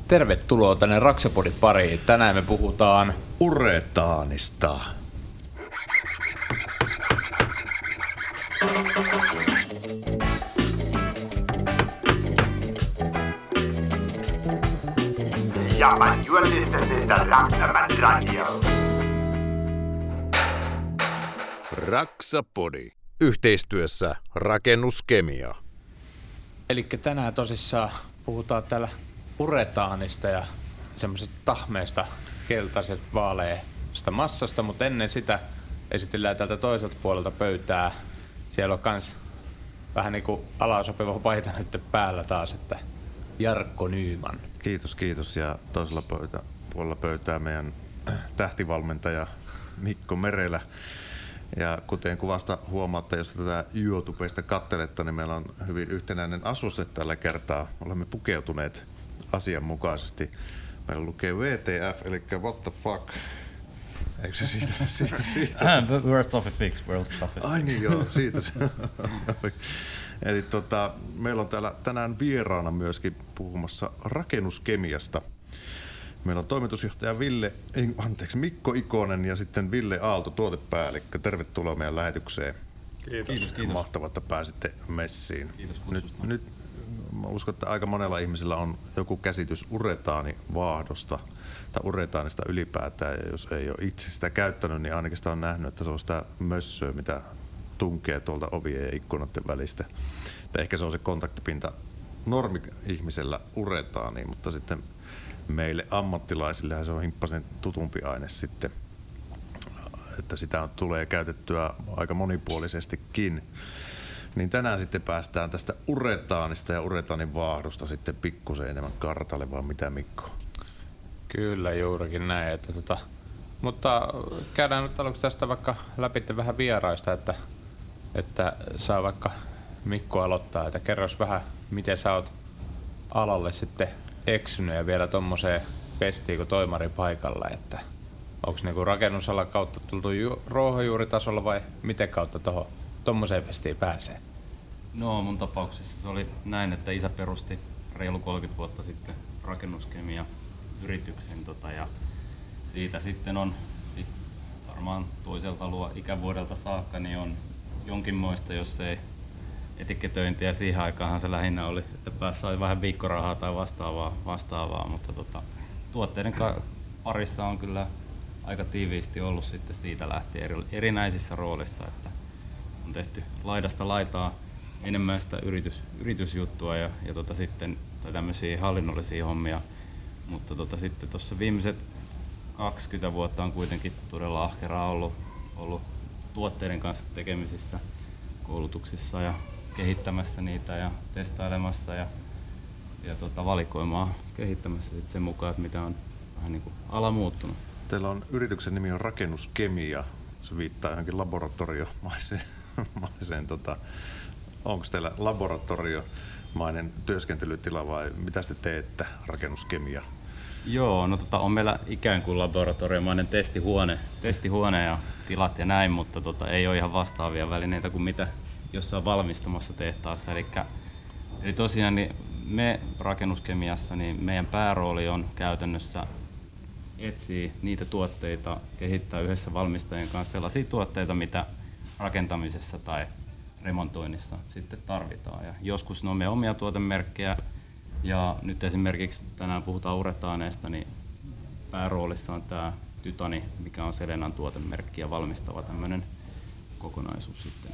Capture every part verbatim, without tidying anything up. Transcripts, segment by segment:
Tervetuloa tänne Raksapodin pariin. Tänään me puhutaan uretaanista. Ja, man, you are listening to Raksaman Radio. Raksapodi. Yhteistyössä Rakennuskemia. Elikkä tänään tosissaan puhutaan täällä uretaanista ja semmoisesta tahmeesta, keltaiset vaaleasta massasta, mutta ennen sitä esitellään täältä toiselta puolelta pöytää. Siellä on kans vähän niinku alasopiva paita nyt päällä taas, että Jarkko Nyman. Kiitos, kiitos. Ja toisella pöytä, puolella pöytää meidän tähtivalmentaja Mikko Merelä. Ja kuten kuvasta huomaatte, jos tätä YouTubesta katselette, niin meillä on hyvin yhtenäinen asuste tällä kertaa. Olemme pukeutuneet asianmukaisesti. Meillä lukee W T F, eli what the fuck. Eikö se siitä? siitä, siitä? Worst office fix, worst office. Ai niin joo, siitä se. Eli tota, meillä on täällä tänään vieraana myöskin puhumassa rakennuskemiasta. Meillä on toimitusjohtaja Ville, anteeksi, Mikko Ikonen ja sitten Ville Aalto, tuotepäällikkö. Tervetuloa meidän lähetykseen. Kiitos. Kiitos, kiitos. Mahtavaa, että pääsitte messiin. Kiitos kutsusta. Nyt, nyt mä uskon, että aika monella ihmisellä on joku käsitys uretaanivaahdosta tai uretaanista ylipäätään. Ja jos ei ole itse sitä käyttänyt, niin ainakin sitä on nähnyt, että se on sitä mössöä, mitä tunkee tuolta ovien ja ikkunoiden välistä. Tai ehkä se on se kontaktipinta normi-ihmisellä uretaaniin, mutta sitten meille ammattilaisillehan se on himppasen tutumpi aine sitten, että sitä tulee käytettyä aika monipuolisestikin. Niin tänään sitten päästään tästä uretaanista ja uretaanin vaahdosta sitten pikkusen enemmän kartalle, vaan mitä Mikko? Kyllä juurikin näin. Että tota, mutta käydään nyt aluksi tästä vaikka läpi vähän vieraista, että, että saa vaikka Mikko aloittaa, että kerros vähän miten sä oot alalle sitten eksynyt ja vielä tommoseen pestiin kuin toimari paikalla, että onko niinku rakennusalan kautta tultu ju- ruohonjuuritasolla vai miten kautta tohon tommoseen pestiin pääsee? No mun tapauksessa se oli näin, että isä perusti reilu kolmekymmentä vuotta sitten rakennuskemia yrityksen tota, ja siitä sitten on varmaan toiselta luo ikävuodelta saakka niin on jonkinmoista, jos ei etiketöintiä. Siihen aikaanhan se lähinnä oli, että päässä sai vähän viikkorahaa tai vastaavaa, vastaavaa mutta tota, tuotteiden ka- parissa on kyllä aika tiiviisti ollut sitten siitä lähtien eri, erinäisissä roolissa, että on tehty laidasta laitaa enemmän sitä yritys, yritysjuttua ja, ja tota sitten, tai tämmöisiä hallinnollisia hommia, mutta tota sitten tuossa viimeiset kaksikymmentä vuotta on kuitenkin todella ahkeraa ollut, ollut tuotteiden kanssa tekemisissä, koulutuksissa ja kehittämässä niitä ja testailemassa ja, ja tota, valikoimaa kehittämässä sit sen mukaan, että mitä on vähän niin kuin ala muuttunut. Teillä on yrityksen nimi on Rakennuskemia. Se viittaa johonkin laboratoriomaiseen. maiseen, tota, onko teillä laboratoriomainen työskentelytila vai mitä te teette Rakennuskemia? Joo, no tota, on meillä ikään kuin laboratoriomainen testihuone, testihuone ja tilat ja näin, mutta tota, ei ole ihan vastaavia välineitä kuin mitä jossain valmistamassa tehtaassa. Elikkä, eli tosiaan niin me rakennuskemiassa, niin meidän päärooli on käytännössä etsiä niitä tuotteita, kehittää yhdessä valmistajien kanssa sellaisia tuotteita, mitä rakentamisessa tai remontoinnissa sitten tarvitaan. Ja joskus ne on meidän omia tuotemerkkejä, ja nyt esimerkiksi tänään puhutaan uretaaneista, niin pääroolissa on tämä Tytani, mikä on Selenan tuotemerkki ja valmistava tämmöinen kokonaisuus sitten.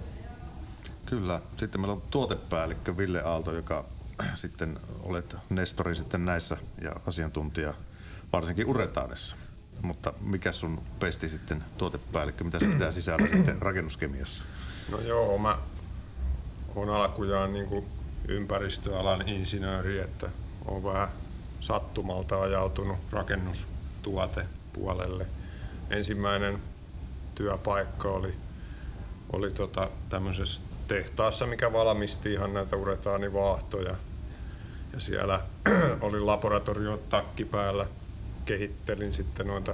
Kyllä. Sitten meillä on tuotepäällikkö Ville Aalto, joka sitten olet nestori sitten näissä ja asiantuntija varsinkin uretaanissa. Mutta mikä sun pesti sitten tuotepäällikkö, mitä se pitää sisällä sitten rakennuskemiassa? No joo, mä oon alkujaan niin kuin ympäristöalan insinööri, että oon vähän sattumalta ajautunut rakennustuotepuolelle. Ensimmäinen työpaikka oli, oli tota tämmöisessä tehtaassa, mikä valmisti ihan näitä uretaanivaahtoja. Ja siellä oli laboratoriotakki päällä. Kehittelin sitten noita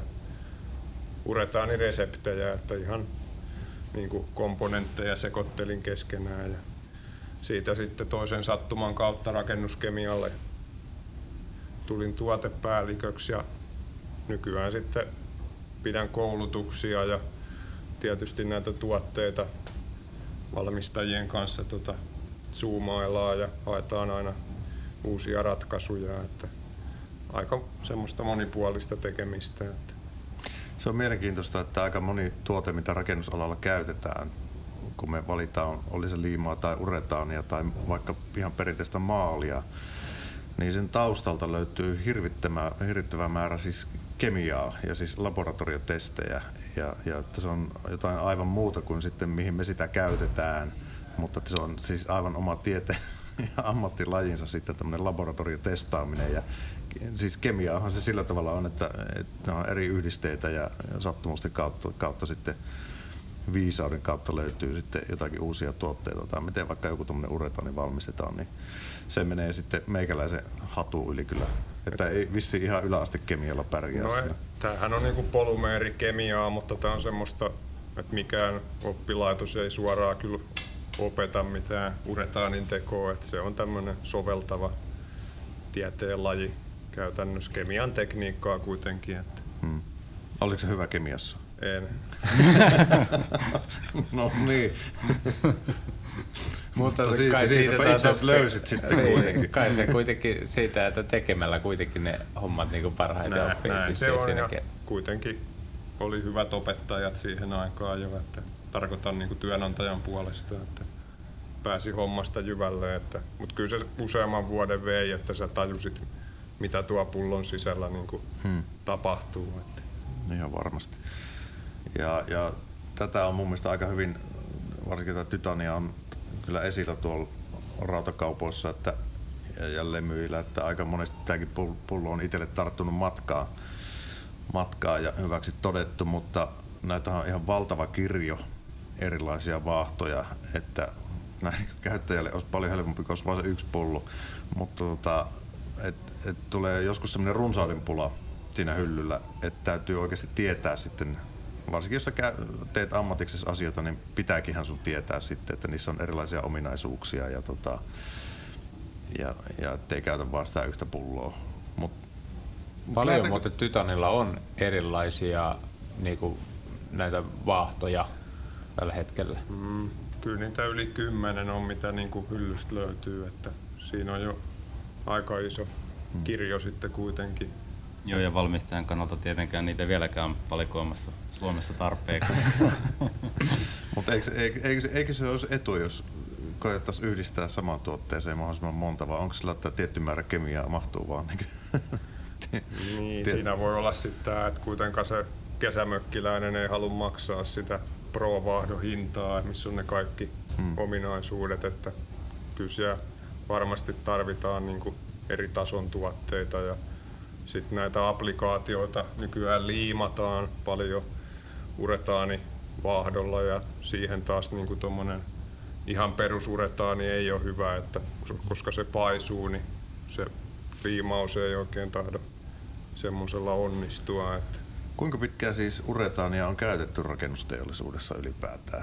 uretaanireseptejä, että ihan niin kuin komponentteja sekoittelin keskenään. Ja siitä sitten toisen sattuman kautta rakennuskemialle. tulin tuotepäälliköksi ja nykyään sitten pidän koulutuksia ja tietysti näitä tuotteita valmistajien kanssa tota, zoomaillaan ja haetaan aina uusia ratkaisuja. Että aika semmoista monipuolista tekemistä. Että. Se on mielenkiintoista, että aika moni tuote, mitä rakennusalalla käytetään, kun me valitaan, oli se liimaa tai uretaania tai vaikka ihan perinteistä maalia, niin sen taustalta löytyy hirvittävä, hirvittävä määrä siis kemiaa ja siis laboratoriotestejä. Ja, ja että se on jotain aivan muuta kuin sitten mihin me sitä käytetään, mutta se on siis aivan oma tiete ja ammattilajinsa sitten tämmöinen laboratoriotestaaminen. Ja siis kemiaahan se sillä tavalla on, että, että on eri yhdisteitä ja, ja sattumusten kautta, kautta sitten viisauden kautta löytyy sitten jotakin uusia tuotteita tai miten vaikka joku tuommoinen uretaani valmistetaan, niin se menee sitten meikäläisen hatu yli kyllä. Että ei vissiin ihan yläastekemialla pärjää. No, tämähän on niinku polymeerikemiaa, mutta tämä on semmoista, että mikään oppilaitos ei suoraan kyllä opeta mitään uretaanin tekoa, että se on tämmöinen soveltava tieteenlaji käytännössä kemian tekniikkaa kuitenkin. Että. Hmm. Oliko se hyvä kemiassa? En. No niin. Mutta Mutta siitä, kai siitä siitä itse asiassa löysit sitten niin, kuitenkin. Kai se kuitenkin siitä, että tekemällä kuitenkin ne hommat niin kuin parhaiten Näin, oppii. näin se on ja siinäkin. kuitenkin oli hyvät opettajat siihen aikaan jo, että tarkoitan niin kuin työnantajan puolesta, että pääsi hommasta jyvälle, että, mutta kyllä se useamman vuoden vei, että sä tajusit, mitä tuo pullon sisällä niin kuin hmm. tapahtuu. Että. Ihan varmasti. Ja, ja tätä on mun mielestä aika hyvin, varsinkin tämä Titania on kyllä esillä tuolla rautakaupoissa että, ja, ja lemyillä, että aika monesti tämäkin pullo on itselle tarttunut matkaa, matkaa ja hyväksi todettu, mutta näitä on ihan valtava kirjo erilaisia vaahtoja, että näin käyttäjälle olisi paljon helpompi, kun olisi vain se yksi pullo, mutta tota, et, et tulee joskus semmoinen runsaudenpula siinä hyllyllä, että täytyy oikeasti tietää sitten, varsinkin jos sä teet ammatiksessa asioita, niin pitääkinhän sun tietää sitten, että niissä on erilaisia ominaisuuksia ja, tota, ja, ja ettei käytä vaan sitä yhtä pulloa. Mut, Paljon lähdetäänkö... muuten Titanilla on erilaisia niinku, näitä vaahtoja tällä hetkellä. Mm, kyllä niitä yli kymmenen on, mitä niin kuin hyllystä löytyy, että siinä on jo aika iso kirjo sitten kuitenkin. Joo, ja valmistajan kannalta tietenkään niitä vieläkään valikoimassa Suomessa tarpeeksi. Mutta eikö, eikö, eikö, eikö se olisi etu, jos koettaisiin yhdistää samaan tuotteeseen mahdollisimman monta, vai onko sillä, että tietty määrä kemiaa mahtuu vaan? Niin, niin siinä voi olla sitten tämä, että kuitenkaan se kesämökkiläinen ei halua maksaa sitä Pro-vaahdon hintaa, missä on ne kaikki hmm. ominaisuudet, että kyllä siellä varmasti tarvitaan niin kuin eri tason tuotteita ja sitten näitä applikaatioita nykyään liimataan paljon uretaanivaahdolla ja siihen taas niin kuin tommonen ihan perusuretaani ei ole hyvä, että koska se paisuu, niin se liimaus ei oikein tahdo semmoisella onnistua. Että. Kuinka pitkään siis uretaania on käytetty rakennusteollisuudessa ylipäätään?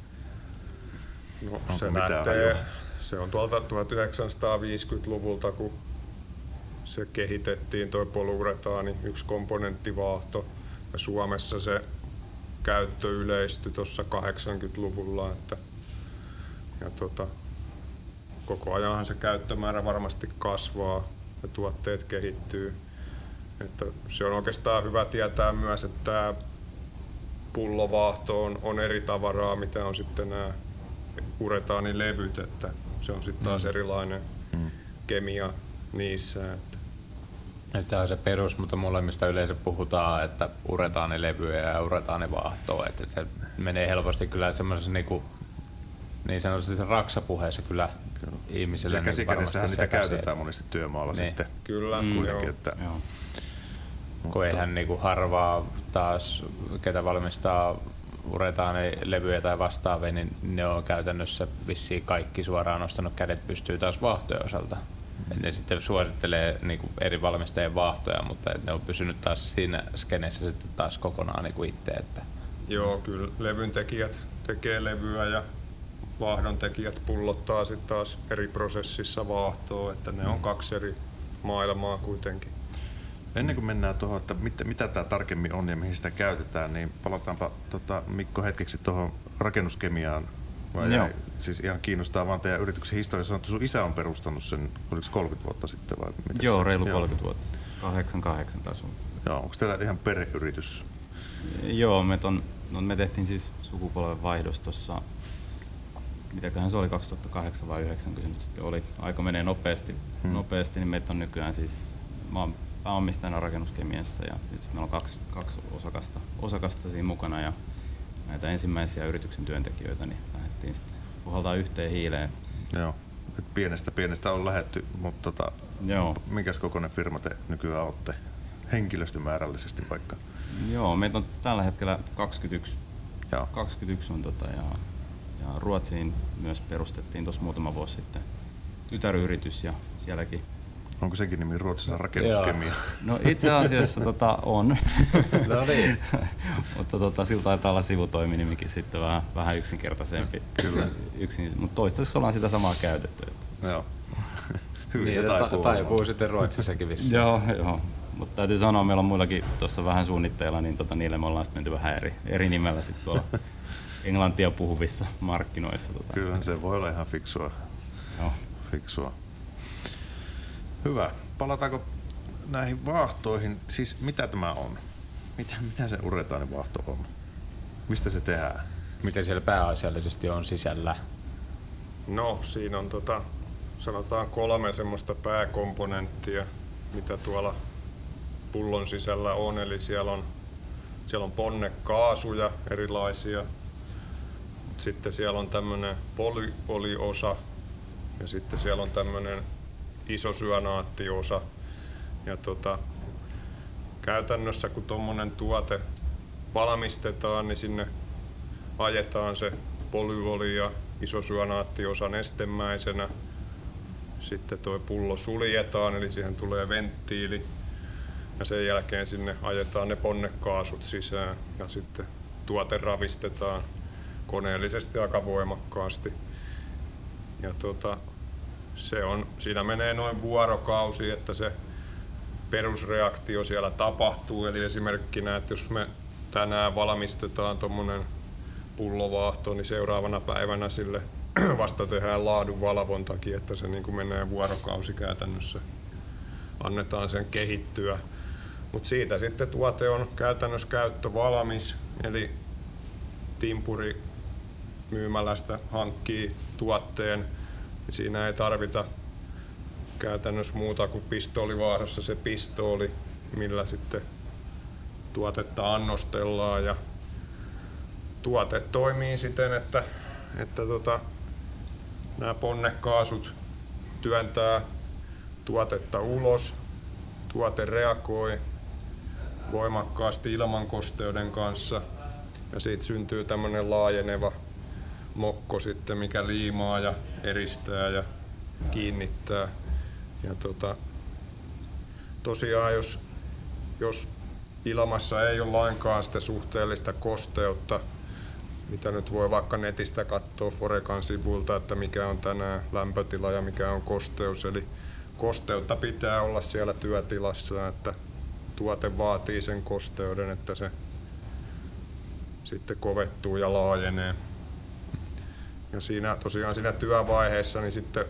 No, se, nähtee, se on tuolta tuhatyhdeksänsataaviisikymmentäluvulta, kun se kehitettiin tuo polyuretaani, yksi komponenttivaahto. Ja Suomessa se käyttö yleistyi tuossa kahdeksankymmentäluvulla. Että, ja tota, koko ajanhan se käyttömäärä varmasti kasvaa ja tuotteet kehittyy. Että se on oikeastaan hyvä tietää myös, että tämä pullovaahto on, on eri tavaraa, mitä on sitten nämä uretaanilevyt, että se on sitten taas mm. erilainen mm. kemia niissä. Että. Tämä on se perus, mutta molemmista yleensä puhutaan, että uretaanilevyä ja uretaanivaahtoa, että se menee helposti kyllä semmoisessa niinku, niin sanotusti raksapuheessa kyllä, kyllä. ihmisille. Ja käsikädessähän niitä käytetään monesti työmaalla niin. sitten. Kyllä, mm, kuitenkin, että. Joo. Kun eihän niinku harvaa taas, ketä valmistaa uretaanilevyjä tai vastaavia, niin ne on käytännössä vissiin kaikki suoraan nostanut kädet pystyy taas vaahtojen osalta. Mm. Ne sitten suosittelee niinku eri valmistajien vaahtoja, mutta ne on pysynyt taas siinä skeneessä sitten taas kokonaan niinku itse. Että. Joo, kyllä levyn tekijät tekee levyä ja vaahdon tekijät pullottaa sitten taas eri prosessissa vaahtoa, että ne on kaksi eri maailmaa kuitenkin. Ennen kuin mennään tuohon, että mit, mitä tämä tarkemmin on ja mihin sitä käytetään, niin palataanpa tota, Mikko hetkeksi tuohon rakennuskemiaan. Vai jäi, siis ihan kiinnostaa vaan teidän yrityksen historia. Sanoit, että sun isä on perustanut sen, oliko se kolmekymmentä vuotta sitten vai? Joo, se? reilu kolmekymmentä vuotta sitten. kahdeksankymmentäkahdeksan taas on. Joo, onko teillä ihan perheyritys? Joo, me, ton, no, me tehtiin siis sukupolven vaihdos tuossa, mitäköhän se oli, kaksituhattakahdeksan vai yhdeksän, kun se nyt sitten oli. Aika menee nopeasti, hmm. nopeasti, niin meitä on nykyään siis, mä oon pääomistajana Rakennuskemiassa ja nyt meillä on kaksi, kaksi osakasta, osakasta siinä mukana ja näitä ensimmäisiä yrityksen työntekijöitä, niin lähdettiin sitten puhaltaa yhteen hiileen. Joo, et pienestä pienestä on lähdetty, mutta tota, Joo. mikäs kokoinen firma te nykyään olette henkilöstömäärällisesti vaikka? Joo, meitä on tällä hetkellä kaksikymmentäyksi, Joo. kaksikymmentäyksi on tota, ja, ja Ruotsiin myös perustettiin tuossa muutama vuosi sitten tytäryritys ja sielläkin. Onko senkin nimi Ruotsissa Rakennuskemia? No itse asiassa tota, on, No niin. mutta tota, sillä taitaa olla sivutoiminimikin sitten vähän, vähän yksinkertaisempi. Kyllä. Yksin, mutta toistaiseksi ollaan sitä samaa käytetty. Joo. Hyvin Niin, se taipuu. ta- taipuu sitten Ruotsissakin vissiin. Joo, joo. Mutta täytyy sanoa, meillä on muillakin tuossa vähän suunnitteilla, niin tota, niille me ollaan sitten menty vähän eri, eri nimellä sitten tuolla englantia puhuvissa markkinoissa. Tota. Kyllä, se voi olla ihan fiksua. Joo. fiksua. Hyvä. Palataanko näihin vaahtoihin? Siis mitä tämä on? Mitä, mitä se uretaanin vaahto on? Mistä se tehdään? Miten siellä pääasiallisesti on sisällä? No, siinä on tota, sanotaan kolme semmoista pääkomponenttia, mitä tuolla pullon sisällä on. Eli siellä on, siellä on ponnekaasuja erilaisia. Sitten siellä on tämmönen polyoliosa ja sitten siellä on tämmönen isosyanaattiosa. Ja tota, käytännössä kun tommonen tuote valmistetaan, niin sinne ajetaan se polyoli ja isosyanaattiosa nestemäisenä. Sitten tuo pullo suljetaan, eli siihen tulee venttiili. Ja sen jälkeen sinne ajetaan ne ponnekaasut sisään ja sitten tuote ravistetaan koneellisesti aika voimakkaasti. Ja tota, se on, siinä menee noin vuorokausi, että se perusreaktio siellä tapahtuu. Eli esimerkkinä, että jos me tänään valmistetaan tuommoinen pullovaahto, niin seuraavana päivänä sille vasta tehdään laadunvalvontakin, että se niin kuin menee vuorokausi käytännössä. Annetaan sen kehittyä. Mutta siitä sitten tuote on käytännössä käyttö valmis, eli timpuri myymälästä hankkii tuotteen. Ja siinä ei tarvita käytännössä muuta kuin pistoolivaahdossa se pistooli, millä sitten tuotetta annostellaan. Ja tuote toimii siten, että, että tota, nämä ponnekaasut työntää tuotetta ulos. Tuote reagoi voimakkaasti ilmankosteuden kanssa ja siitä syntyy tämmöinen laajeneva mokko sitten, mikä liimaa ja eristää ja kiinnittää. Ja tota, tosiaan jos, jos ilmassa ei ole lainkaan sitä suhteellista kosteutta, mitä nyt voi vaikka netistä katsoa Forecan sivuilta, että mikä on tänään lämpötila ja mikä on kosteus. Eli kosteutta pitää olla siellä työtilassa, että tuote vaatii sen kosteuden, että se sitten kovettuu ja laajenee. Ja siinä tosiaan siinä työvaiheessa niin sitten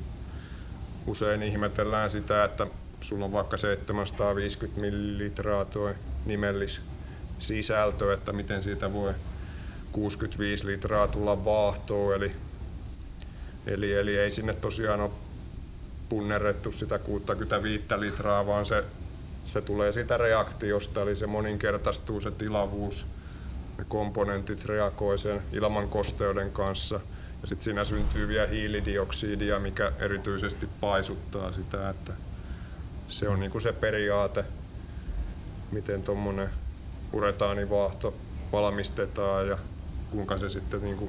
usein ihmetellään sitä, että sulla on vaikka seitsemänsataaviisikymmentä millilitraa tuo nimellis sisältö, että miten siitä voi kuusikymmentäviisi litraa tulla vaahtoa. Eli, eli, eli ei sinne tosiaan ole punnerrettu sitä kuusikymmentäviisi litraa, vaan se, se tulee sitä reaktiosta, eli se moninkertaistuu se tilavuus. Ne komponentit reagoi sen ilman kosteuden kanssa. Ja sitten siinä syntyy vielä hiilidioksidia, mikä erityisesti paisuttaa sitä, että se on niinku se periaate, miten tuommoinen uretaanivaahto valmistetaan ja kuinka se sitten niinku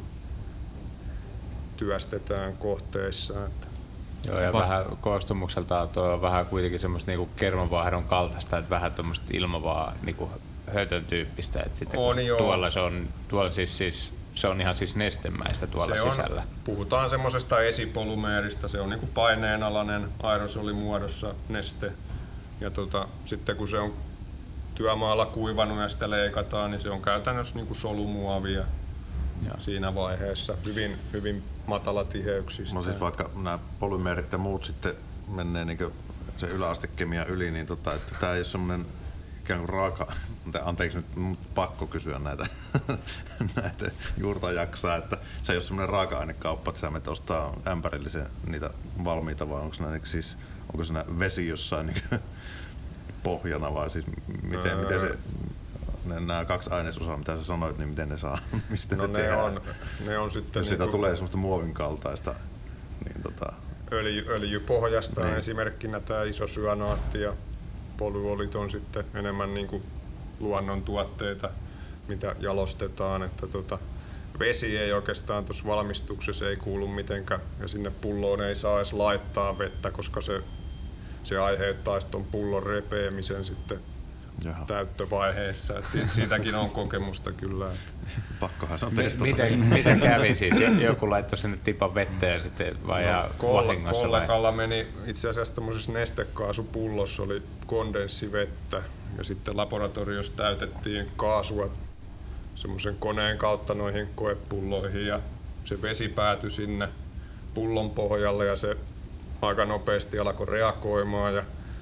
työstetään kohteissa. Että Joo, ja Va- vähän koostumukseltaan tuo on vähän kuitenkin semmoista niinku kermanvaahdon kaltaista, että vähän tuommoista ilmavaa niinku hötön tyyppistä, että sitten on, tuolla se on, tuolla siis, siis se on ihan siis nestemäistä tuolla se sisällä. On, puhutaan semmoisesta esipolumeerista, se on niinku paineenalainen aerosolimuodossa neste. Ja tota, sitten kun se on työmaalla kuivanut ja sitä leikataan, niin se on käytännössä niinku solumuovia ja. siinä vaiheessa. Hyvin, hyvin matalatiheyksis. No siis vaikka nämä polymeerit ja muut sitten menee niin se yläastekemia yli, niin tota, että tämä ei ole semmoinen ikään kuin raaka, anteeksi nyt, mut pakko kysyä näitä, näitä juurta jaksaa, että se ei ole semmoinen raaka-ainekauppa, että sä menet ostaa ämpärillisen niitä valmiita, vai onko siinä siis, onko siinä vesi jossain niin pohjana, vai siis miten, öö. miten se, ne, nämä kaksi ainesosaa, mitä sä sanoit, niin miten ne saa, mistä no ne, ne tehdään? on, ne on sitten jos niinku siitä tulee semmoista muovin kaltaista, niin tota... Öljy, öljypohjasta niin. on esimerkkinä tämä isosyanaatti ja polyolit on sitten enemmän niin kuin luonnontuotteita, mitä jalostetaan. Että tota, vesi ei oikeastaan tuossa valmistuksessa ei kuulu mitenkään ja sinne pulloon ei saa edes laittaa vettä, koska se, se aiheuttaa tuon pullon repeämisen sitten Jaha. täyttövaiheessa. Et siitä, siitäkin on kokemusta kyllä. Että. Pakkohan se on testata. Miten, miten kävi siis? Joku laittoi sinne tipan vettä ja sitten vajaa no, vahingossa? Kollegalla meni itse asiassa tämmöisessä nestekaasupullossa oli kondenssivettä ja sitten laboratoriossa täytettiin kaasua semmoisen koneen kautta noihin koepulloihin ja se vesi päätyi sinne pullon pohjalle ja se aika nopeasti alkoi reagoimaan ja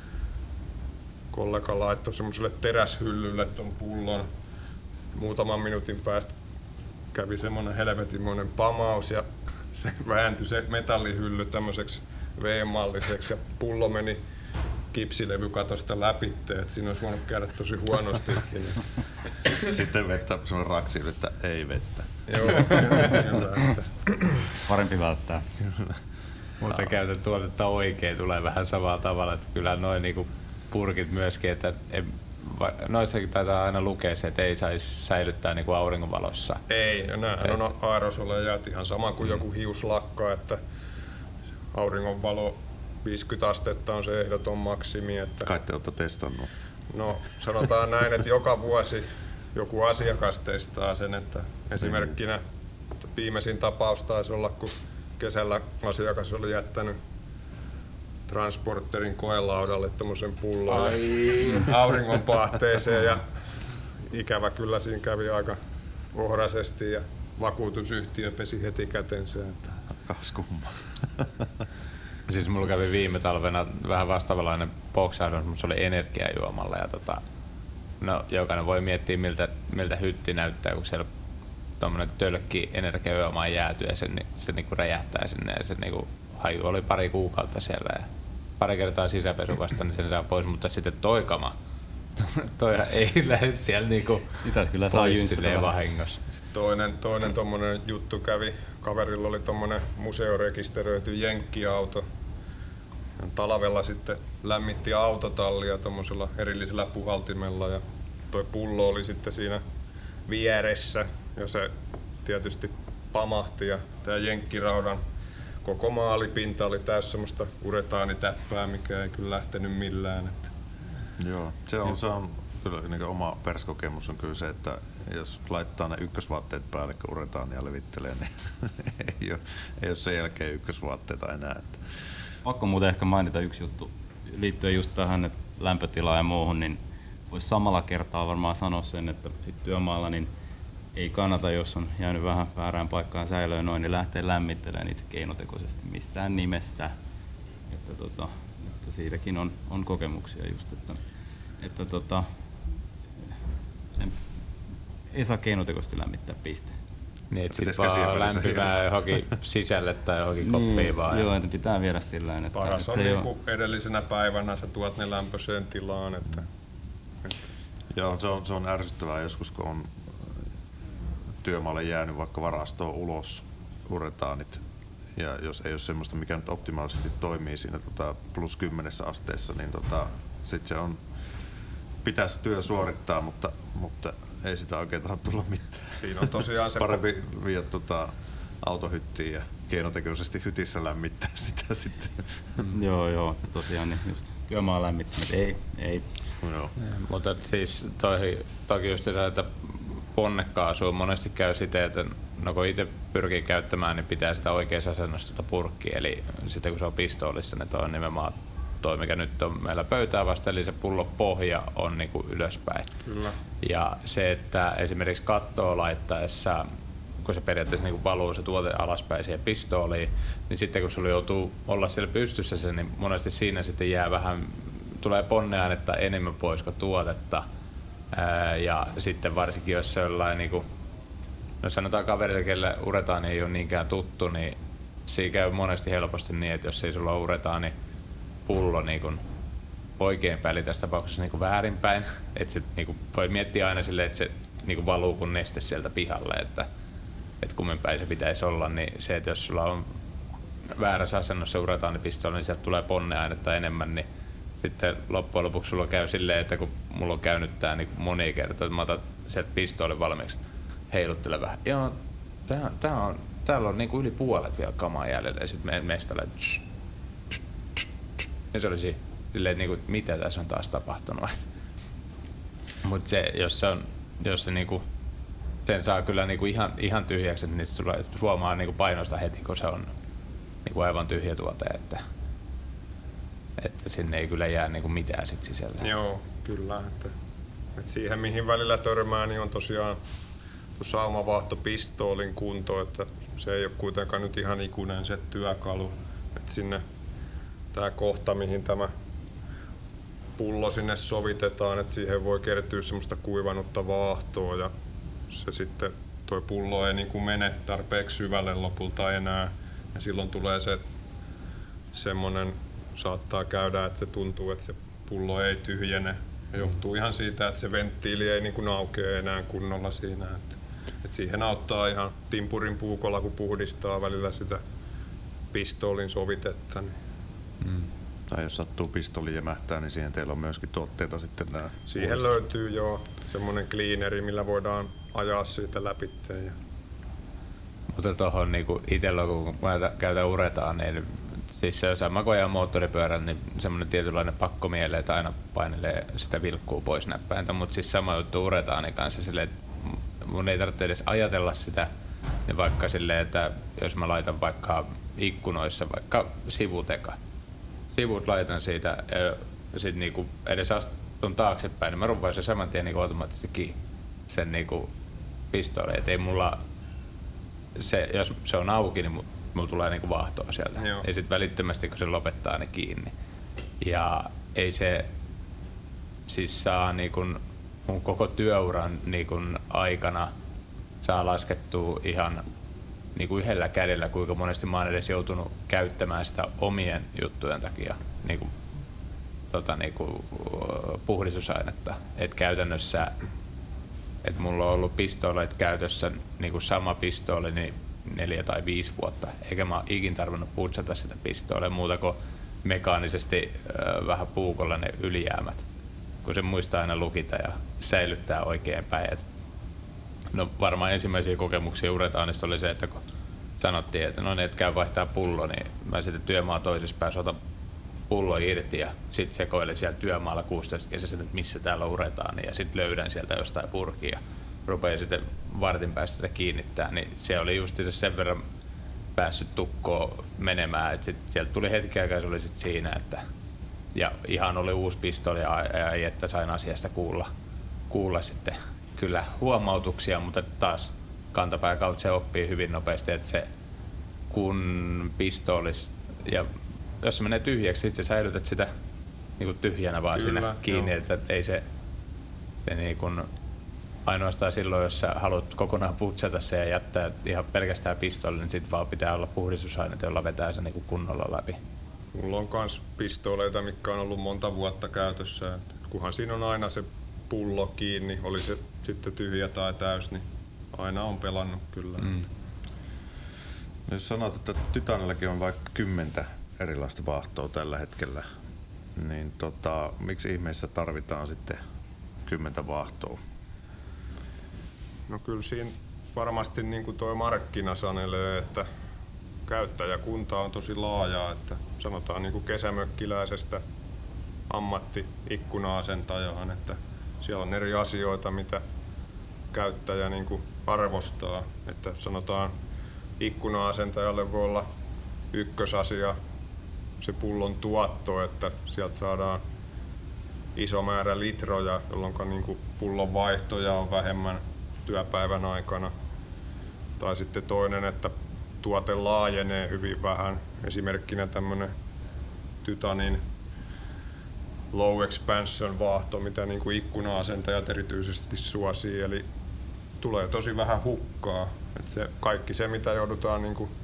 kollega laittoi semmoiselle teräshyllylle ton pullon. Muutaman minuutin päästä kävi semmoinen helvetimoinen pamaus ja se vääntyi se metallihylly tämmöiseksi V-malliseksi ja pullo meni kipsilevykatosta läpi, että siinä olisi voinut käydä tosi huonostikin. Sitten vettä, semmoinen raksi, että ei vettä. Joo, kyllä, että parempi välttää. Mutta käytän tuotetta oikein, tulee vähän samalla tavalla, että kyllä noin niinku purkit myöskin, että ei, noissakin taitaa aina lukea se, että ei saisi säilyttää niinku auringonvalossa. Ei, ja näähän on aerosoleja, ihan sama kuin mm. joku hiuslakka, että auringonvalo viisikymmentä astetta on se ehdoton maksimi. Että kai te olette testannut? No sanotaan näin, että joka vuosi joku asiakas testaa sen, että esimerkkinä viimeisin tapaus taisi olla, kun kesällä asiakas oli jättänyt transporterin koelaudalle tommosen pullon auringonpahteeseen ja ikävä kyllä siinä kävi aika ohrasesti ja vakuutusyhtiö pesi heti kätensä. Että kas kumma. Siis mulla kävi viime talvena vähän vastaavalainen boksahdus, mutta se oli energiajuomalla ja tota, no jokainen voi miettiä miltä, miltä hytti näyttää, kun siellä tommonen tölkki energiajuomaan jäätyy ja se, se niinku räjähtää sinne ja se niinku haju oli pari kuukautta siellä ja pari kertaa sisäpesu vasta, niin sen saa pois, mutta sitten toi kama, toi ei lähde siellä niinku sitä kyllä saa pois vahingossa. Toinen, toinen tommonen juttu kävi, kaverilla oli tommonen museorekisteröity jenkkiauto. Talvella sitten lämmitti autotallia tommosella erillisellä puhaltimella ja toi pullo oli sitten siinä vieressä ja se tietysti pamahti ja tää jenkkiraudan koko maalipinta oli täys semmoista uretaanitäppää, mikä ei kyllä lähtenyt millään. Että. Joo, se on, se on kyllä niin oma perskokemus on kyllä se, että jos laittaa ne ykkösvaatteet päälle, kun uretaania levittelee, niin ei ole, ei ole sen jälkeen ykkösvaatteita enää. Että. Pakko muuten ehkä mainita yksi juttu liittyen just tähän että lämpötilaan ja muuhun, niin voisi samalla kertaa varmaan sanoa sen, että sit työmaalla niin ei kannata, jos on jäänyt vähän väärään paikkaan säilöön noin, niin lähtee lämmittelemään itse keinotekoisesti missään nimessä. Että, tota, että siitäkin on, on kokemuksia just, että, että tota, sen ei saa keinotekoisesti lämmittää piste. Niin, että sit vaan lämpimää johonkin sisälle tai johonkin koppiin niin, vaan. Joo, että pitää viedä sillä tavalla. Paras on niinku edellisenä päivänä sä tuot ne lämpöiseen tilaan. Että, että. Joo, se on, se on ärsyttävää joskus, kun on työmaalle jäänyt vaikka varastoon ulos uretaanit. Ja jos ei ole semmoista, mikä nyt optimaalisesti toimii siinä tota, plus kymmenessä asteessa, niin tota, sit se on, pitäisi työ suorittaa, mutta, mutta ei sitä oikein taho tulla mitään. Siinä on tosiaan se parempi viedä tota, autohyttiin ja keinotekoisesti hytissä lämmittää sitä sitten. Mm. Joo, joo, tosiaan niin just työmaan lämmittämät, ei, ei. Joo. Mutta siis toi, toki just se, että ponnekaasua monesti käy siten, että no kun itse pyrkii käyttämään, niin pitää sitä oikeassa asennossa tuota purkkia. Eli sitten kun se on pistoolissa, niin tuo on nimenomaan toi, mikä nyt on meillä pöytää vasta, eli se pullon pohja on niinku ylöspäin. Kyllä. Ja se, että esimerkiksi kattoa laittaessa, kun se periaatteessa niinku valuu se tuote alaspäin siihen pistooliin, niin sitten kun sulla joutuu olla siellä pystyssä se, niin monesti siinä sitten jää vähän, tulee ponneainetta enemmän pois kuin tuotetta. Ää, ja sitten varsinkin jos se jollain niinku, no sanotaan kaverille, kelle uretaani ei ole niinkään tuttu, niin siinä käy monesti helposti niin, että jos ei sulla ole uretaani pullo niinku oikeinpäin, eli tässä tapauksessa niinku väärinpäin, että se niinku voi miettiä aina silleen, että se niinku valuu kuin neste sieltä pihalle, että et kummin päin se pitäisi olla, niin se, että jos sulla on väärässä asennossa uretaanipistooli, niin sieltä tulee ponneainetta enemmän, niin sitten loppujen lopuksi sulla käy silleen, että kun mulla on käynyt tää niin monia kertaa, että mä otan sieltä pistoolin valmiiksi, heiluttele vähän. Joo, tää, tää on, täällä on niinku yli puolet vielä kamaa jäljellä, ja sitten meidän mestalle, ja se oli siinä, silleen, että niinku, mitä tässä on taas tapahtunut. Mutta se, jos se on, jos se niinku, sen saa kyllä niinku ihan, ihan tyhjäksi, niin sulla huomaa niinku painosta heti, kun se on niinku aivan tyhjä tuote, että, että sinne ei kyllä jää niinku mitään sit sisällä. Joo, kyllä. Että, että siihen mihin välillä törmää, niin on tosiaan saumavaahtopistoolin kunto, että se ei ole kuitenkaan nyt ihan ikuinen se työkalu. Että sinne tämä kohta, mihin tämä pullo sinne sovitetaan, että siihen voi kertyä semmoista kuivanutta vaahtoa ja se sitten toi pullo ei niin kuin mene tarpeeksi syvälle lopulta enää ja silloin tulee se semmoinen, saattaa käydä, että se tuntuu, että se pullo ei tyhjene ja johtuu ihan siitä, että se venttiili ei niin kuin aukea enää kunnolla siinä, että, että siihen auttaa ihan timpurin puukolla, kun puhdistaa välillä sitä pistoolin sovitetta. Niin. Mm. Tai jos sattuu pistooli jämähtää, niin siihen teillä on myöskin tuotteita sitten nää. Siihen uudistus. löytyy jo semmoinen cleaneri, millä voidaan ajaa siitä läpitteen. Mutta tuohon niinku itsellä, kun mä käytän uretaan, niin siis se on sama kuin ajan moottoripyörän, niin semmoinen tietynlainen pakko mieleen, että aina painelee sitä vilkkuu pois näppäintä, mutta siis sama juttu uretaanin kanssa silleen, että mun ei tarvitse edes ajatella sitä, niin vaikka silleen, että jos mä laitan vaikka ikkunoissa vaikka sivuteka, sivut laitan siitä ja sit niinku edes astun taaksepäin, niin mä rupean sen saman tien niinku automaattisesti kiinni sen niinku pistooli, et ei mulla se, jos se on auki, niin mulla tulee niinku vaahtoa sieltä. Joo. Ja sit välittömästi kun se lopettaa ne kiinni. Ja ei se siis saa niinku mun koko työuran niinku aikana saa laskettua ihan niinku yhdellä kädellä, kuinka monesti mä oon edes joutunut käyttämään sitä omien juttujen takia niinku, tota, niinku, puhdistusainetta. Et käytännössä et mulla on ollut pistooleita käytössä niinku sama pistooli niin neljä tai viisi vuotta, eikä mä oon ikin tarvinnut putsata sitä pistoolia muuta kuin mekaanisesti ö, vähän puukolla ne ylijäämät, kun se muistaa aina lukita ja säilyttää oikein päin. Et no varmaan ensimmäisiä kokemuksia uretaanista oli se, että kun sanottiin, että no niin, et käy vaihtaa pullo, niin mä sitten työmaa toisessa päässä otan pullo irti ja sitten sekoilen siellä työmaalla kuusitoista kesäisen, että missä täällä on uretaani ja sitten löydän sieltä jostain purkia ja rupean sitten vartin päästä sitä kiinnittää, niin se oli just sen verran päässyt tukkoon menemään, että sitten sieltä tuli hetki aikaa, se oli sitten siinä, että ja ihan oli uusi pistooli ja, ja että sain asiasta kuulla, kuulla sitten kyllä huomautuksia, mutta taas kantapää kautta se oppii hyvin nopeasti, että se kun pistoolis ja jos se menee tyhjäksi, sitten sä säilytät sitä niin tyhjänä vaan Kyllä, siinä kiinni, joo. Että ei se, se niin kuin, ainoastaan silloin, jos sä haluat kokonaan putsata se ja jättää ihan pelkästään pistooli, niin sit vaan pitää olla puhdistusaineita, jolla vetää se niin kuin kunnolla läpi. Mulla on myös pistooleita, mitkä on ollut monta vuotta käytössä. Kunhan siinä on aina se pullo kiinni, oli se sitten tyhjä tai täys, niin aina on pelannut kyllä. Mm. No jos sanot, että Titanellakin on vaikka kymmentä erilaista vaahtoa tällä hetkellä, niin tota, miksi ihmeessä tarvitaan sitten kymmentä vaahtoa? No kyllä siinä varmasti niin kuin toi markkina sanelee, että käyttäjäkunta on tosi laajaa, että sanotaan niin kuin kesämökkiläisestä ammatti-ikkuna-asentajahan, että siellä on eri asioita, mitä käyttäjä niin kuin arvostaa. Että sanotaan ikkuna-asentajalle voi olla ykkösasia se pullon tuotto, että sieltä saadaan iso määrä litroja, jolloin niin pullon vaihtoja on vähemmän työpäivän aikana. Tai sitten toinen, että tuote laajenee hyvin vähän. Esimerkkinä tämmöinen Tytanin low expansion vaahto, mitä niin kuin ikkuna-asentajat erityisesti suosii. Eli tulee tosi vähän hukkaa. Et se, kaikki se, mitä joudutaan niin kuin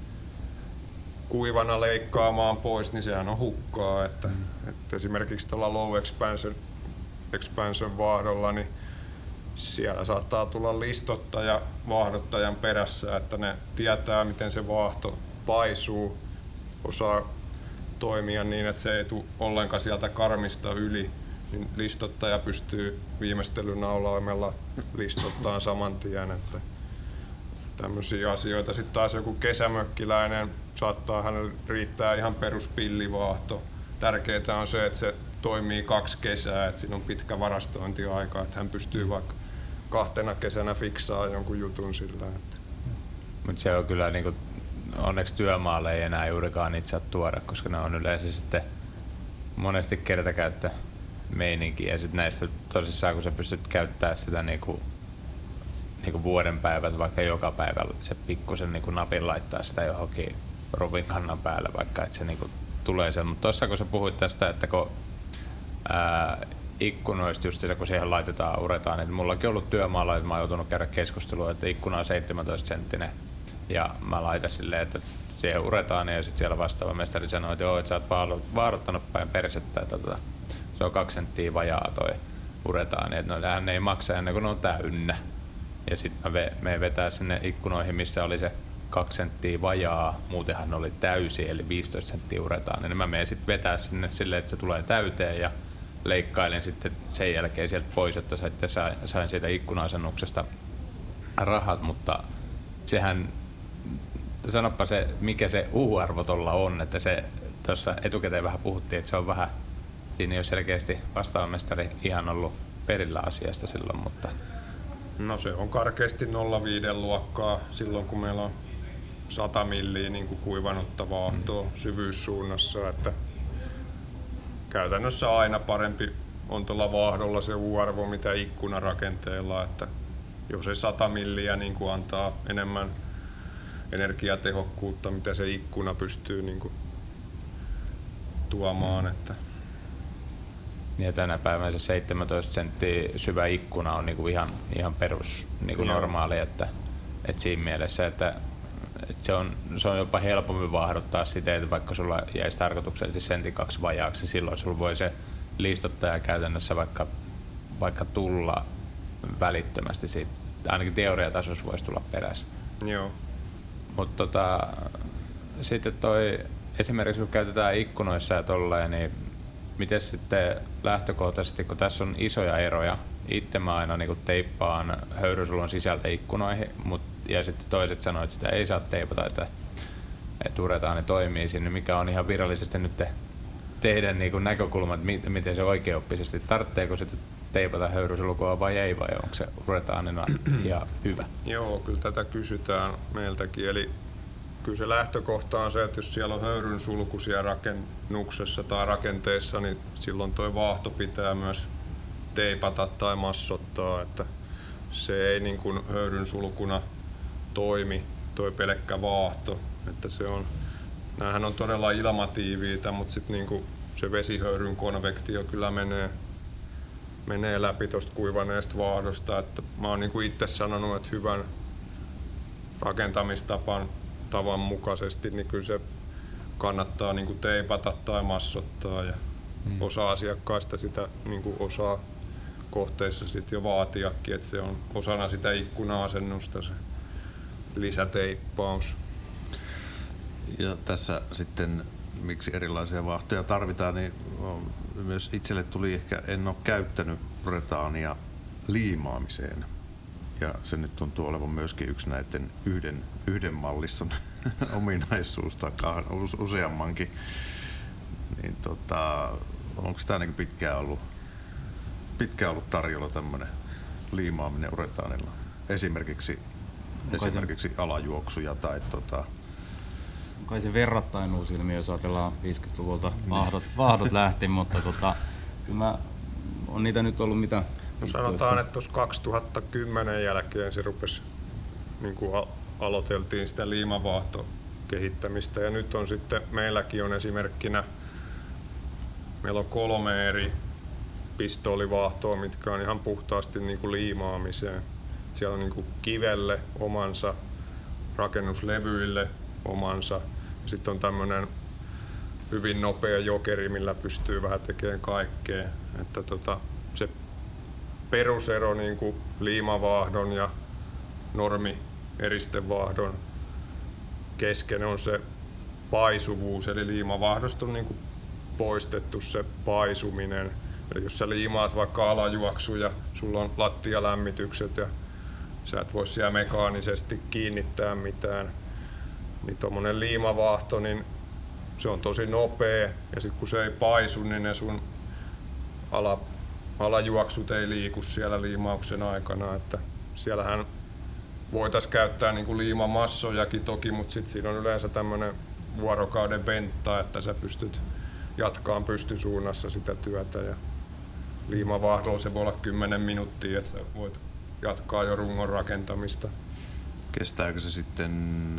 kuivana leikkaamaan pois, niin sehän on hukkaa. Että, mm. että esimerkiksi tuolla low expansion, expansion vaahdolla, niin siellä saattaa tulla listottaja vaahdottajan perässä, että ne tietää, miten se vaahto paisuu, osaa toimia niin, että se ei tule ollenkaan sieltä karmista yli, niin listottaja pystyy viimeistelynaulaimella listottaan saman tien. Että tämmöisiä asioita. Sitten taas joku kesämökkiläinen saattaa hänelle riittää ihan peruspillivaahto. Tärkeää on se, että se toimii kaksi kesää, että siinä on pitkä varastointiaika, että hän pystyy vaikka kahtena kesänä fiksaa jonkun jutun sillä. Että. Mutta se on kyllä niinku, onneksi työmaalle ei enää juurikaan niitä saa tuoda, koska ne on yleensä sitten monesti kertakäyttömeininkiä ja sitten näistä tosissaan kun sä pystyt käyttämään sitä niinku, niinku vuoden päivät vaikka joka päivä se pikkusen niinku napin laittaa sitä johonkin ruvin kannan päälle vaikka että se niinku tulee sen. Mutta tuossa kun sä puhuit tästä, että kun ää, ikkunoista just kun siihen laitetaan uretaan, niin mullakin on ollut työmaalla, että mä oon joutunut käydä keskustelua, että ikkuna on seitsemäntoista senttinen ja mä laitan silleen, että siihen uretaan ja sitten siellä vastaava mestari sanoo, että joo, että sä oot vaarottanut päin persettä, että tota, se on kaksi senttiä vajaa toi uretaan, että no hän ei maksa ennen kuin ne on täynnä. Ja sitten mä menen vetää sinne ikkunoihin, missä oli se kaksi senttiä vajaa, muutenhan oli täysi, eli viisitoista senttiä uretaan. Niin mä menen sitten vetää sinne silleen, että se tulee täyteen ja leikkailen sitten sen jälkeen sieltä pois, että sitten sain siitä ikkuna-asennuksesta rahat, mutta sehän, sanoppa se, mikä se U-arvo tuolla on, että se tuossa etukäteen vähän puhuttiin, että se on vähän, siinä ei ole selkeästi vastaava mestari ihan ollut perillä asiasta silloin, mutta no se on karkeasti nolla pilkku viisi luokkaa silloin, kun meillä on sata milliä niin kuin kuivanutta vaahtoa mm. syvyyssuunnassa, että käytännössä aina parempi on tuolla vaahdolla se U-arvo mitä ikkunarakenteella, että jos se sata milliä niin kuin antaa enemmän energiatehokkuutta, mitä se ikkuna pystyy niin kuin tuomaan. Että. Ja tänä päivänä se seitsemäntoista senttiä syvä ikkuna on niinku ihan, ihan perus niinku normaali, että, että siinä mielessä, että, että se, on, se on jopa helpommin vaahdottaa sitä, että vaikka sulla jäisi tarkoituksellisesti sentin kaksi vajaaksi, silloin sulla voi se listottaja käytännössä vaikka, vaikka tulla välittömästi siitä, ainakin teoriatasossa voisi tulla perässä. Joo. Mutta tota, sitten toi, esimerkiksi kun käytetään ikkunoissa ja tolleen, niin miten sitten lähtökohtaisesti, kun tässä on isoja eroja, itse mä aina niin teippaan höyrysulun sisältä ikkunoihin, mut, ja sitten toiset sanoo, että sitä ei saa teipata, että, että uretaani toimii sinne, mikä on ihan virallisesti nyt te, teidän niin näkökulmat, miten se oikeoppisesti, tarvitseeko sitten teipata höyrysulkua vai ei, vai onko se uretaanina ihan hyvä? Joo, kyllä tätä kysytään meiltäkin, eli kyllä se lähtökohta on se, että jos siellä on höyryn sulku siellä rakennuksessa tai rakenteessa, niin silloin tuo vaahto pitää myös teipata tai massottaa, että se ei niin kuin höyryn sulkuna toimi tuo pelkkä vaahto, että se on, näähän on todella ilmatiiviitä, mutta sitten niin kuin se vesihöyryn konvektio kyllä menee, menee läpi tuosta kuivaneesta vaahdosta, että mä oon niin kuin itse sanonut, että hyvän rakentamistapan tavan mukaisesti, niin kyllä se kannattaa niin kuin teipata tai massottaa ja mm. osa asiakkaista sitä niin kuin osaa kohteissa sit jo vaatiakin, että se on osana sitä ikkuna-asennusta se lisäteippaus. Ja tässä sitten, miksi erilaisia vaahtoja tarvitaan, niin myös itselle tuli ehkä, en ole käyttänyt uretaania liimaamiseen. Ja se nyt tuntuu olevan myöskin yksi näiden yhden, yhden malliston ominaisuus tai useammankin. Niin tota, onko tämä niin pitkään ollut, pitkään ollut tarjolla tämmöinen liimaaminen uretaanilla? esimerkiksi, esimerkiksi alajuoksuja tai tota... Kai se verrattain uusi ilmiö, jos ajatellaan viisikymmentäluvulta vahdot, vahdot lähti, mutta tota, kyllä mä, on niitä nyt ollut mitä? No sanotaan, että tuossa kaksituhattakymmenen jälkeen se rupesi, niin kuin al- aloiteltiin sitä liimavaahtokehittämistä ja nyt on sitten, meilläkin on esimerkkinä, meillä on kolme eri pistoolivaahtoa, mitkä on ihan puhtaasti niin kuin liimaamiseen. Siellä on niin kuin kivelle omansa, rakennuslevyille omansa ja sitten on tämmöinen hyvin nopea jokeri, millä pystyy vähän tekemään kaikkea. Että tota, se perusero niin kuin liimavaahdon ja normi eristevahdon kesken on se paisuvuus, eli liimavaahdosta on niin kuin poistettu se paisuminen. Eli jos sä liimaat vaikka alajuoksuja, sulla on lattialämmitykset ja sä et voi siellä mekaanisesti kiinnittää mitään, niin tommonen liimavaahto, niin se on tosi nopea ja sit kun se ei paisu, niin ne sun ala, alajuoksut ei liiku siellä liimauksen aikana, että siellähän voitaisiin käyttää niinku liimamassojakin toki, mutta sit siinä on yleensä tämmönen vuorokauden ventta, että sä pystyt jatkaan pystysuunnassa sitä työtä ja liimavaahdolla se voi olla kymmenen minuuttia, että sä voit jatkaa jo rungon rakentamista. Kestääkö se sitten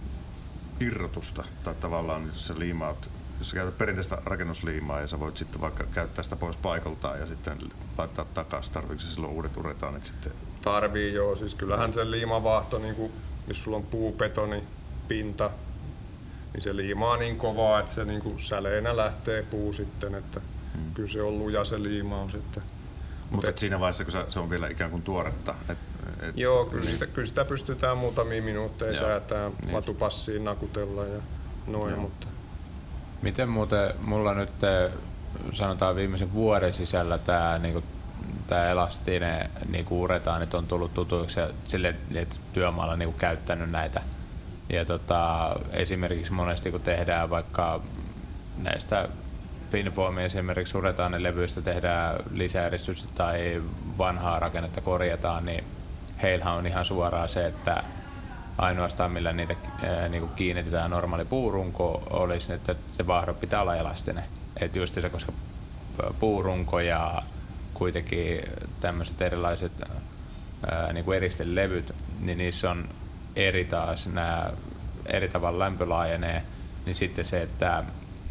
irrotusta tai tavallaan jos sä liimaat, jos sä käytät perinteistä rakennusliimaa ja sä voit sitten vaikka käyttää sitä pois paikaltaan ja sitten laittaa takaisin, tarviiko se silloin uudet uretaanit sitten? Tarvii joo, siis kyllähän se liimavaahto, niin kun, jos sulla on puubetoni pinta, niin se liimaa niin kovaa, että se niin säleinä lähtee puu sitten, että hmm. kyllä se on luja se liimaus. Että, mutta et siinä vaiheessa, kun se on vielä ikään kuin tuoretta? Et, et, joo, kyllä, niitä, kyllä sitä pystytään muutamia minuutteja säätämään, niin. Latupassiin nakutella ja noin. Mutta. Miten muuten mulla nyt sanotaan viimeisen vuoden sisällä tämä niinku, tää elastinen niinku uretaanit on tullut tutuiksi ja sille, että työmaalla niinku käyttänyt näitä. Ja tota, esimerkiksi monesti kun tehdään vaikka näistä Finfoamin esimerkiksi uretaanilevyistä tehdään lisäeristystä tai vanhaa rakennetta korjataan, niin heillähän on ihan suoraan se, että ainoastaan millä niitä ää, niinku kiinnitetään normaali puurunko olisi, että se vaahdo pitää olla elastinen. Et just se, koska puurunko ja kuitenkin tämmöiset erilaiset ää, niinku eristelevyt, niin niissä on eri taas nämä eri tavalla lämpö laajenee, niin sitten se, että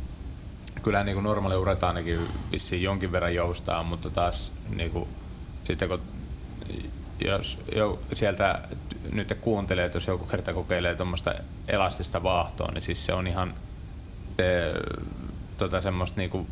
kyllä niin kuin normaali uretaanikin vissiin jonkin verran joustaa, mutta taas niin kuin, sitten kun jos jo, sieltä nyt kuuntelee, että jos joku kerta kokeilee tuommoista elastista vaahtoa, niin siis se on ihan se, tota semmoista niinku,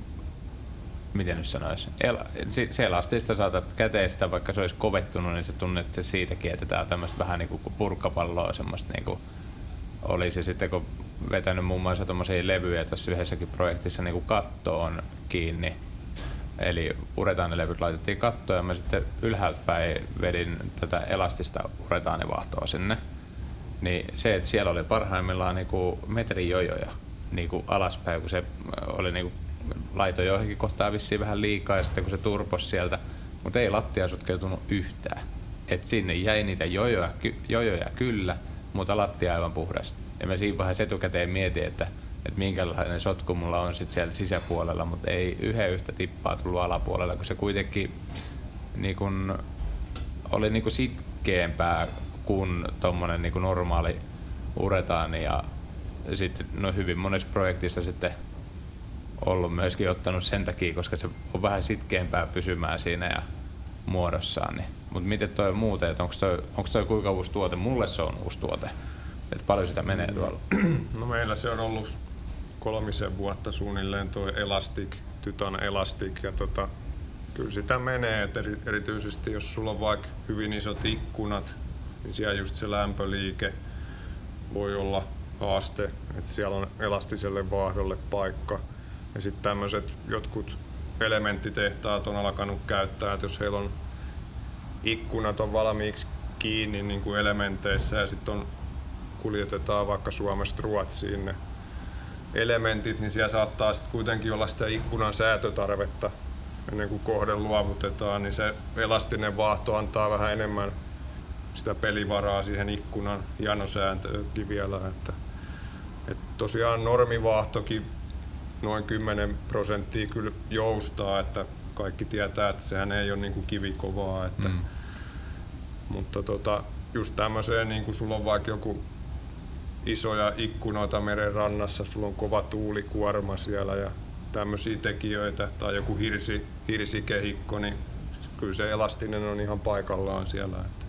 miten nyt sanoisi, El, se elastista saatat käteistä, vaikka se olisi kovettunut, niin sä tunnet se siitäkin, että tää on tämmöistä vähän niinku purkkapalloa, semmoista niinku, oli se sitten kun vetänyt muun muassa tommosia levyjä tuossa yhdessäkin projektissa niinku kattoon kiinni. Eli uretaanilevyt laitettiin kattoon ja mä sitten ylhäältä päin vedin tätä elastista uretaanivaahtoa sinne. Niin se, että siellä oli parhaimmillaan niinku metrin jojoja niinku alaspäin, kun se oli niinku laito johonkin kohtaan vissiin vähän liikaa ja sitten kun se turpos sieltä, mutta ei lattia sotkeutunut yhtään. Et sinne jäi niitä jojoja, jojoja kyllä, mutta lattia aivan puhdas. Ja mä siinä vaiheessa etukäteen mietin, että että minkälainen sotku mulla on sit siellä sisäpuolella, mutta ei yhden yhtä tippaa tullut alapuolella, kun se kuitenkin niin kun, oli niin kun sitkeämpää kuin tommonen niin kun normaali uretaani ja sitten no hyvin monessa projektissa sitten ollut myöskin ottanut sen takia, koska se on vähän sitkeämpää pysymään siinä ja muodossaan. Niin. Mutta miten toi muuten, että onko toi, onko toi kuinka uusi tuote? Mulle se on uusi tuote. Että paljon sitä menee tuolla? No meillä se on ollut kolmisen vuotta suunnilleen tuo Elastic, Tytan Elastic ja tota, kyllä sitä menee, että eri, erityisesti jos sulla on vaikka hyvin isot ikkunat, niin siellä just se lämpöliike voi olla haaste, että siellä on elastiselle vaahdolle paikka. Ja sitten tämmöiset jotkut elementtitehtaat on alkanut käyttää, että jos heillä on ikkunat on valmiiksi kiinni niin kuin elementeissä ja sitten on kuljetetaan vaikka Suomesta Ruotsiin ne elementit, niin siellä saattaa sitten kuitenkin olla sitä ikkunan säätötarvetta ennen kuin kohde luovutetaan, niin se elastinen vaahto antaa vähän enemmän sitä pelivaraa siihen ikkunan hienosääntöönkin vielä. Että, että tosiaan normivaahtokin noin kymmenen prosenttia kyllä joustaa, että kaikki tietää, että sehän ei ole niin kuin kivikovaa. Että, mm. Mutta tota, just tämmöiseen, niin kuin sulla on vaikka joku isoja ikkunoita meren rannassa, sulla on kova tuulikuorma siellä ja tämmöisiä tekijöitä tai joku hirsi, hirsikehikko, niin kyllä se elastinen on ihan paikallaan siellä. Että.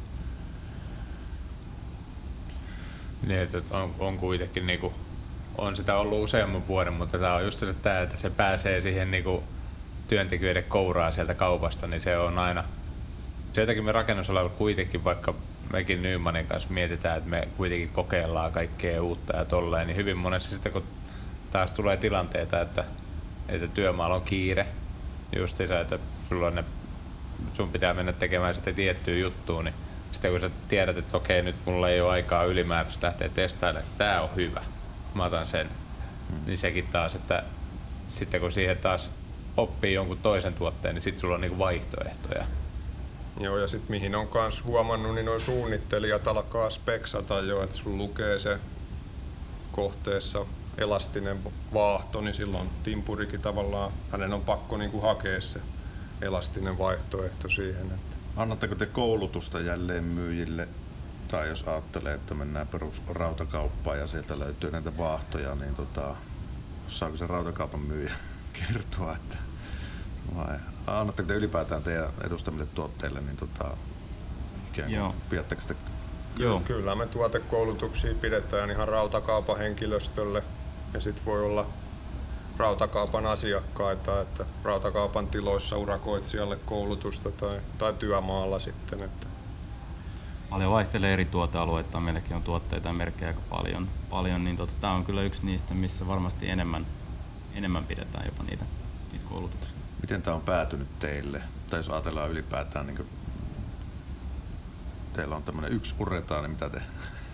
Niin, että on, on kuitenkin niinku, on sitä ollut useamman vuoden, mutta tämä on just se, että, että se pääsee siihen niinku työntekijöiden kouraa sieltä kaupasta, niin se on aina, se jotenkin me rakennusalalla kuitenkin, vaikka mekin Nymanin kanssa mietitään, että me kuitenkin kokeillaan kaikkea uutta ja tolleen, niin hyvin monessa sitten kun taas tulee tilanteita, että, että työmaalla on kiire, justiinsa, että sulla on ne, sun pitää mennä tekemään sitä tiettyä juttua, niin sitten kun sä tiedät, että okei, nyt mulla ei ole aikaa ylimääräistä lähteä testailemaan, että tää on hyvä, mä otan sen, mm. niin sekin taas, että sitten kun siihen taas oppii jonkun toisen tuotteen, niin sitten sulla on niinku vaihtoehtoja. Joo, ja sitten mihin on kans huomannut, niin nuo suunnittelijat alkaa speksata jo, että sun lukee se kohteessa elastinen vaahto, niin silloin timpurikin tavallaan, hänen on pakko niinku hakea se elastinen vaihtoehto siihen. Että. Annatteko te koulutusta jälleen myyjille, tai jos ajattelee, että mennään perus rautakauppaan ja sieltä löytyy näitä vaahtoja, niin tota, saako se rautakaupan myyjä kertoa, että vai annatteko te ylipäätään teidän edustamille tuotteille, niin tota, ikään kuin pidättekö sitä? Joo. Kyllä me tuotekoulutuksia pidetään ihan rautakaupan henkilöstölle ja sitten voi olla rautakaupan asiakkaita, että rautakaupan tiloissa urakoitsijalle koulutusta tai, tai työmaalla sitten. Että. Paljon vaihtelee eri tuotealueita, meilläkin on tuotteita ja merkkejä aika paljon, paljon niin tota, tämä on kyllä yksi niistä, missä varmasti enemmän, enemmän pidetään jopa niitä, niitä koulutuksia. Miten tämä on päätynyt teille? Tai jos ajatellaan ylipäätään, niin kuin teillä on tämmöinen yksi uretaani, mitä te,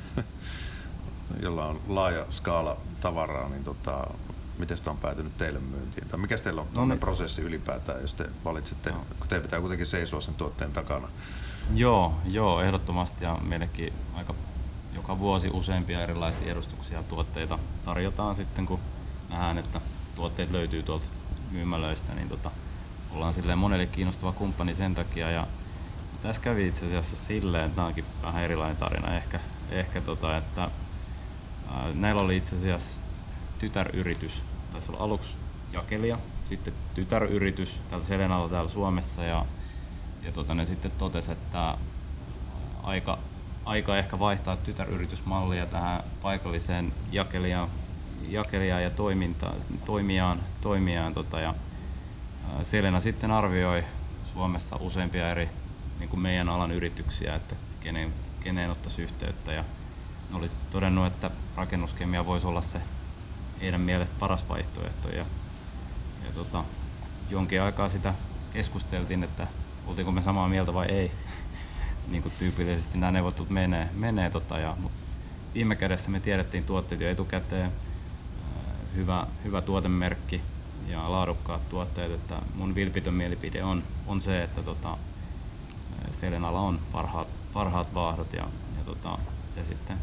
jolla on laaja skaala tavaraa, niin tota, miten sitä on päätynyt teille myyntiin? Tai mikä teillä on no, me... prosessi ylipäätään, jos te valitsette, no. kun teidän pitää kuitenkin seisoa sen tuotteen takana? Joo, joo, ehdottomasti ja meillekin aika joka vuosi useampia erilaisia edustuksia ja tuotteita tarjotaan sitten, kun nähdään, että tuotteet löytyy tuolta myymälöistä, niin tota, ollaan silleen monelle kiinnostava kumppani sen takia. Ja tässä kävi itse asiassa silleen, että tämä onkin vähän erilainen tarina ehkä, ehkä tota, että ää, näillä oli itse asiassa tytäryritys, taisi olla aluksi jakelija, sitten tytäryritys täällä Selenalla täällä Suomessa ja, ja tota, ne sitten totesi, että aika, aika ehkä vaihtaa tytäryritysmallia tähän paikalliseen jakelijaan jakelijaan ja toiminta, toimijaan, toimijaan tota, ja ää, Selena sitten arvioi Suomessa useampia eri niin kuin meidän alan yrityksiä, että kenen, keneen ottaisi yhteyttä ja ne oli sitten todennut, että rakennuskemia voisi olla se heidän mielestä paras vaihtoehto ja, ja tota, jonkin aikaa sitä keskusteltiin, että oltiinko me samaa mieltä vai ei, niin kuin tyypillisesti nämä neuvottelut menee, menee tota, ja, mutta viime kädessä me tiedettiin tuotteet jo etukäteen, Hyvä, hyvä tuotemerkki ja laadukkaat tuotteet, että mun vilpitön mielipide on, on se, että tota, Selenalla on parhaat, parhaat vaahdot ja, ja tota, se sitten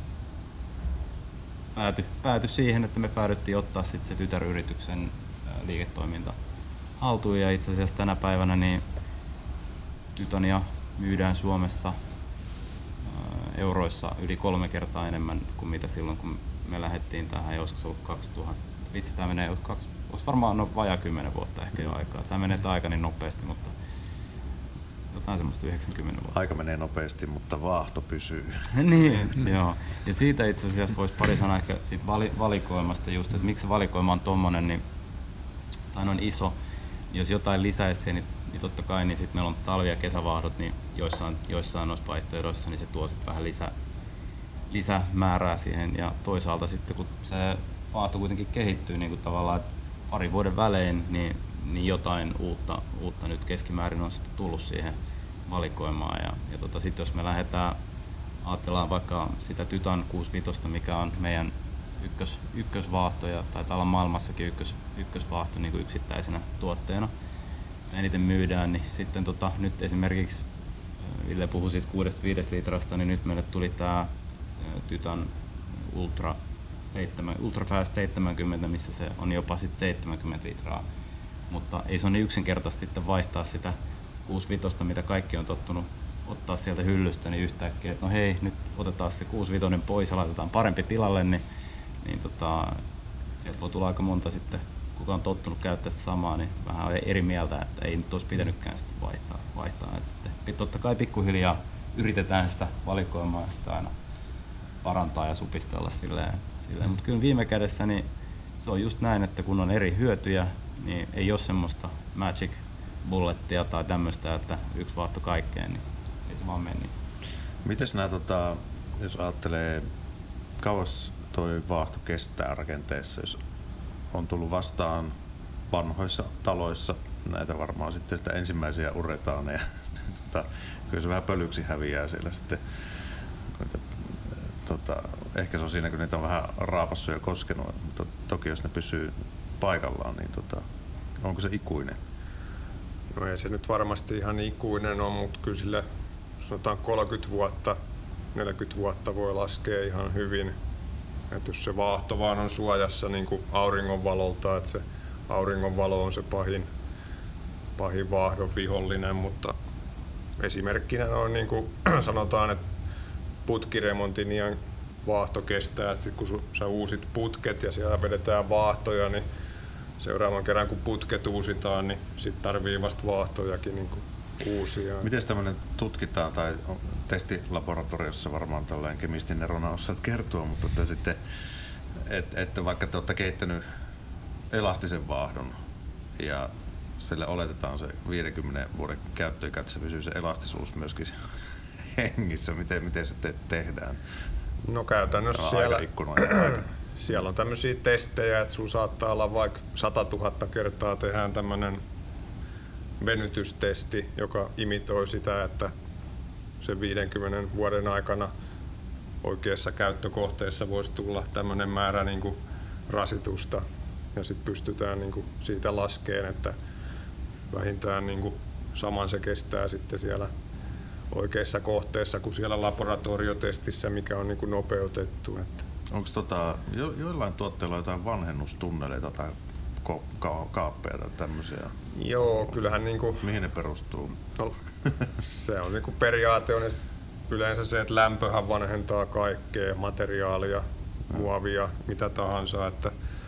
päätyi, päätyi siihen, että me päädyttiin ottaa sit se tytäryrityksen liiketoiminta haltuun ja itse asiassa tänä päivänä niin Tytonia myydään Suomessa euroissa yli kolme kertaa enemmän kuin mitä silloin kun me lähdettiin tähän, joskus ollut kaksituhatta. Vitsi, tämä menee kaksi, olisi varmaan no, vajaa kymmenen vuotta ehkä jo aikaa. Tämä menee aika niin nopeasti, mutta jotain semmoista yhdeksänkymmentä vuotta. Aika menee nopeasti, mutta vaahto pysyy. Niin, joo. Ja siitä itse asiassa voisi pari sanaa ehkä siitä vali- valikoimasta just, että miksi valikoima on tommonen, niin, tai on iso. Jos jotain lisäisi, niin, niin totta kai niin sit meillä on talvi- ja kesävaahdot, niin joissain, joissain noissa vaihtoehdoissa niin se tuo sit vähän lisää lisämäärää siihen ja toisaalta sitten kun se vaahto kuitenkin kehittyy niin kuin tavallaan parin vuoden välein, niin, niin jotain uutta, uutta nyt keskimäärin on sitten tullut siihen valikoimaan ja, ja tota, sitten jos me lähdetään, ajatellaan vaikka sitä Tytan kuusikymmentäviisi, mikä on meidän ykkös, ykkösvaahto ja taitaa olla maailmassakin ykkös, ykkösvaahto niin kuin yksittäisenä tuotteena, eniten myydään, niin sitten tota, nyt esimerkiksi Ville puhui siitä kuudesta viidestä litrasta, niin nyt meille tuli tää Tytan Ultra, seitsemän, Ultra Fast seitsemänkymmentä, missä se on jopa sit seitsemänkymmentä litraa. Mutta ei se ole niin yksinkertaisesti sitten vaihtaa sitä kuusikymmentäviisi, mitä kaikki on tottunut ottaa sieltä hyllystä, niin yhtäkkiä, että no hei, nyt otetaan se kuusikymmentäviisi pois ja laitetaan parempi tilalle, niin, niin tota, sieltä voi tulla aika monta sitten, kuka on tottunut käyttää sitä samaa, niin vähän eri mieltä, että ei nyt olisi pitänytkään sitä vaihtaa. vaihtaa. Että sitten, totta kai pikkuhiljaa yritetään sitä valikoimaa sitä aina parantaa ja supistella silleen. silleen. Mutta kyllä viime kädessä niin se on just näin, että kun on eri hyötyjä, niin ei ole semmoista magic bullettia tai tämmöistä, että yksi vaihto kaikkeen, niin ei se vaan meni. Mites nää, tota, jos ajattelee, kauas toi vaahto kestää rakenteessa, jos on tullut vastaan vanhoissa taloissa näitä varmaan sitten sitä ensimmäisiä uretaaneja, tota, kyllä se vähän pölyksi häviää siellä sitten. Niitä, tota, ehkä se on siinä, kun niitä on vähän raapassu ja koskenut, mutta toki jos ne pysyy paikallaan, niin tota, onko se ikuinen? No ei se nyt varmasti ihan ikuinen on, mutta kyllä sille sanotaan kolmekymmentä vuotta, neljäkymmentä vuotta voi laskea ihan hyvin. Et jos se vaahto vaan on suojassa niin kuin auringonvalolta, että se auringonvalo on se pahin, pahin vaahdon vihollinen, mutta esimerkkinä on niin kuin sanotaan, että putkiremontin iän vaahto kestää, että kun sä uusit putket ja siellä vedetään vaahtoja, niin seuraavan kerran kun putket uusitaan, niin sit tarvii vasta vaahtojakin niin kuin uusia. Miten tämmöinen tutkitaan tai testilaboratoriossa varmaan tällainen kemistin nerona osaat kertoa, mutta että sitten, että et vaikka te olette keittänyt elastisen vaahdon ja sille oletetaan se viidenkymmenen vuoden käyttöikä, että se pysyy se elastisuus myöskin hengissä, miten, miten se te tehdään? No käytännössä siellä, siellä on tämmöisiä testejä, että sulla saattaa olla vaikka satatuhatta kertaa tehdään tämmöinen venytystesti, joka imitoi sitä, että sen viidenkymmenen vuoden aikana oikeassa käyttökohteessa voisi tulla tämmöinen määrä niin kuin rasitusta ja sitten pystytään niin kuin siitä laskeen, että vähintään niin kuin saman se kestää sitten siellä oikeassa kohteessa kuin siellä laboratoriotestissä, mikä on niin kuin nopeutettu. Että. Onko tota, jo, joillain tuotteilla jotain vanhennustunneleita tai ko- ka- kaappeja tai tämmöisiä? Joo, kyllähän niinku, mihin ne perustuu? No, se on niinku periaate on yleensä se, että lämpöhän vanhentaa kaikkea, materiaalia, muovia, mitä tahansa, että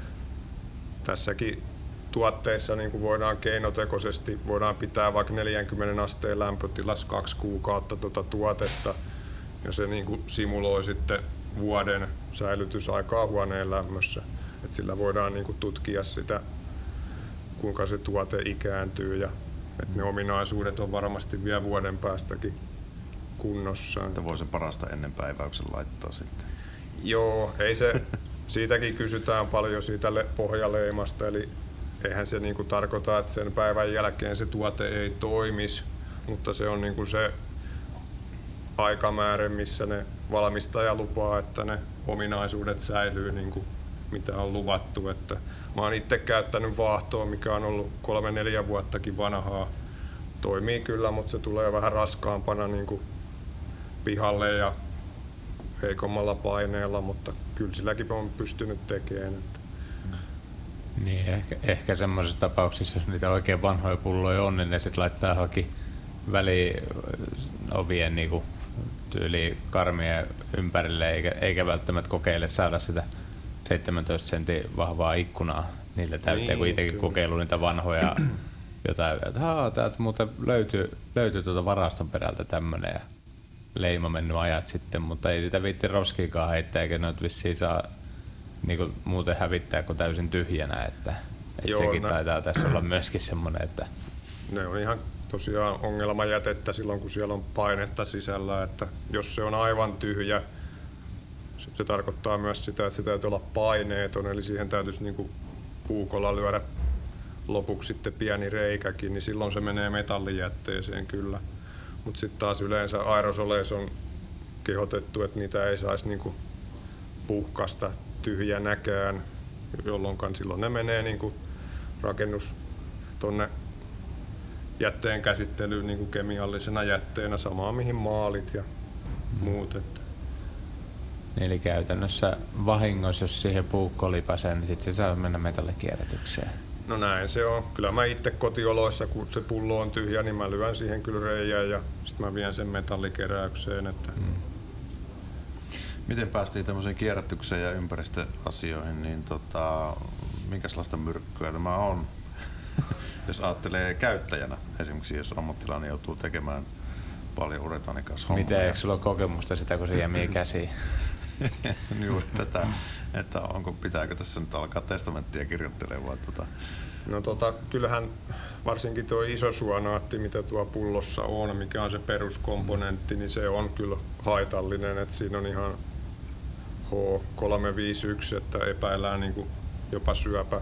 tässäkin tuotteissa niin kuin voidaan keinotekoisesti voidaan pitää vaikka neljäkymmentä asteen lämpötilassa kaksi kuukautta tuota tuotetta ja se niin kuin simuloi sitten vuoden säilytysaikaa huoneen lämmössä. Et sillä voidaan niin kuin tutkia sitä, kuinka se tuote ikääntyy ja että ne ominaisuudet on varmasti vielä vuoden päästäkin kunnossa. Että voi sen parasta ennen päiväyksen laittaa sitten. Joo, ei se, siitäkin kysytään paljon siitä pohjaleimasta, eli eihän se niinku tarkoita, että sen päivän jälkeen se tuote ei toimisi, mutta se on niinku se aikamäärä, missä ne valmistaja lupaa, että ne ominaisuudet säilyy niinku mitä on luvattu. Että mä oon itse käyttänyt vaahtoa, mikä on ollut kolme neljä vuottakin vanhaa. Toimii kyllä, mutta se tulee vähän raskaampana niinku pihalle ja heikommalla paineella, mutta kyllä silläkin on pystynyt tekemään. Että. Niin, ehkä, ehkä semmoisessa tapauksessa, jos niitä oikein vanhoja pulloja on, niin ne sitten laittaa johonkin väliovien niin tyyliin karmien ympärille, eikä, eikä välttämättä kokeile saada sitä seitsemäntoista sentin vahvaa ikkunaa niille täyteen, niin, kun itsekin kokeillut niitä vanhoja jotain, että haa, täältä muuten löytyy, löytyy tuota varaston perältä tämmönen ja leima mennyt ajat sitten, mutta ei sitä viitti roskiikaan heittää, eikä noita vissiin saa niinku muuten hävittää kuin täysin tyhjänä, että, että Joo, sekin nä- taitaa tässä olla myöskin semmoinen, että ne on ihan tosiaan ongelmajätettä silloin, kun siellä on painetta sisällä, että jos se on aivan tyhjä, se, se tarkoittaa myös sitä, että se täytyy olla paineeton, eli siihen täytyisi niinku puukolla lyödä lopuksi sitten pieni reikäkin, niin silloin se menee metallijätteeseen kyllä. Mutta sitten taas yleensä aerosoleissa on kehotettu, että niitä ei saisi niinku puhkasta tyhjänäkään, jolloin silloin ne menee niinku rakennus tonne jätteen käsittelyyn niin kuin kemiallisena jätteenä, samaa mihin maalit ja mm. muut. Että. Eli käytännössä vahingossa, jos siihen puukko lipasee, niin sitten se saa mennä metallikierrätykseen. No näin se on. Kyllä mä itse kotioloissa, kun se pullo on tyhjä, niin mä lyön siihen kyllä reijään ja sitten mä vien sen metallikeräykseen. Että. Mm. Miten päästiin tämmöiseen kierrätykseen ja ympäristöasioihin, niin tota, minkälaista myrkkyä tämä on? Jos ajattelee käyttäjänä, esimerkiksi jos ammattilainen joutuu tekemään paljon uretaanin kanssa hommia. Miten, eikö sulla ole kokemusta sitä, kun se jämii käsiin? Juuri tätä, että onko, pitääkö tässä nyt alkaa testamenttia kirjoittelemaan vai tota? No tota, kyllähän varsinkin tuo isosuonaatti, mitä tuo pullossa on, mikä on se peruskomponentti, niin se on kyllä haitallinen, että siinä on ihan H kolmesataaviisikymmentäyksi, että epäillään niin kuin jopa syöpä,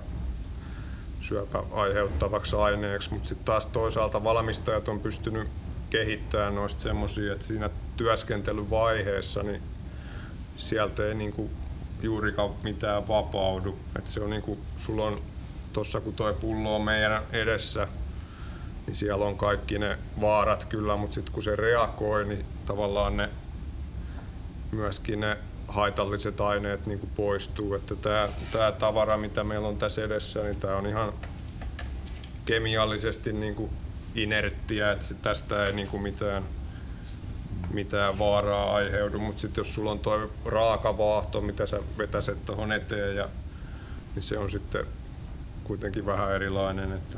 syöpä aiheuttavaksi aineeksi, mutta sitten taas toisaalta valmistajat on pystynyt kehittämään noista semmosia, että siinä työskentelyvaiheessa niin sieltä ei niin kuin juurikaan mitään vapaudu, että se on niin kuin, sulla on tossa kun toi pullo on meidän edessä, niin siellä on kaikki ne vaarat kyllä, mutta sitten kun se reagoi, niin tavallaan ne myöskin ne haitalliset aineet niin kuin poistuu. Että tää, tää tavara, mitä meillä on tässä edessä, niin tää on ihan kemiallisesti niin kuin inerttiä, että tästä ei niin kuin mitään, mitään vaaraa aiheudu, mutta sitten jos sulla on toi raaka vaahto, mitä sä vetäset tuohon eteen, ja, niin se on sitten kuitenkin vähän erilainen. Että,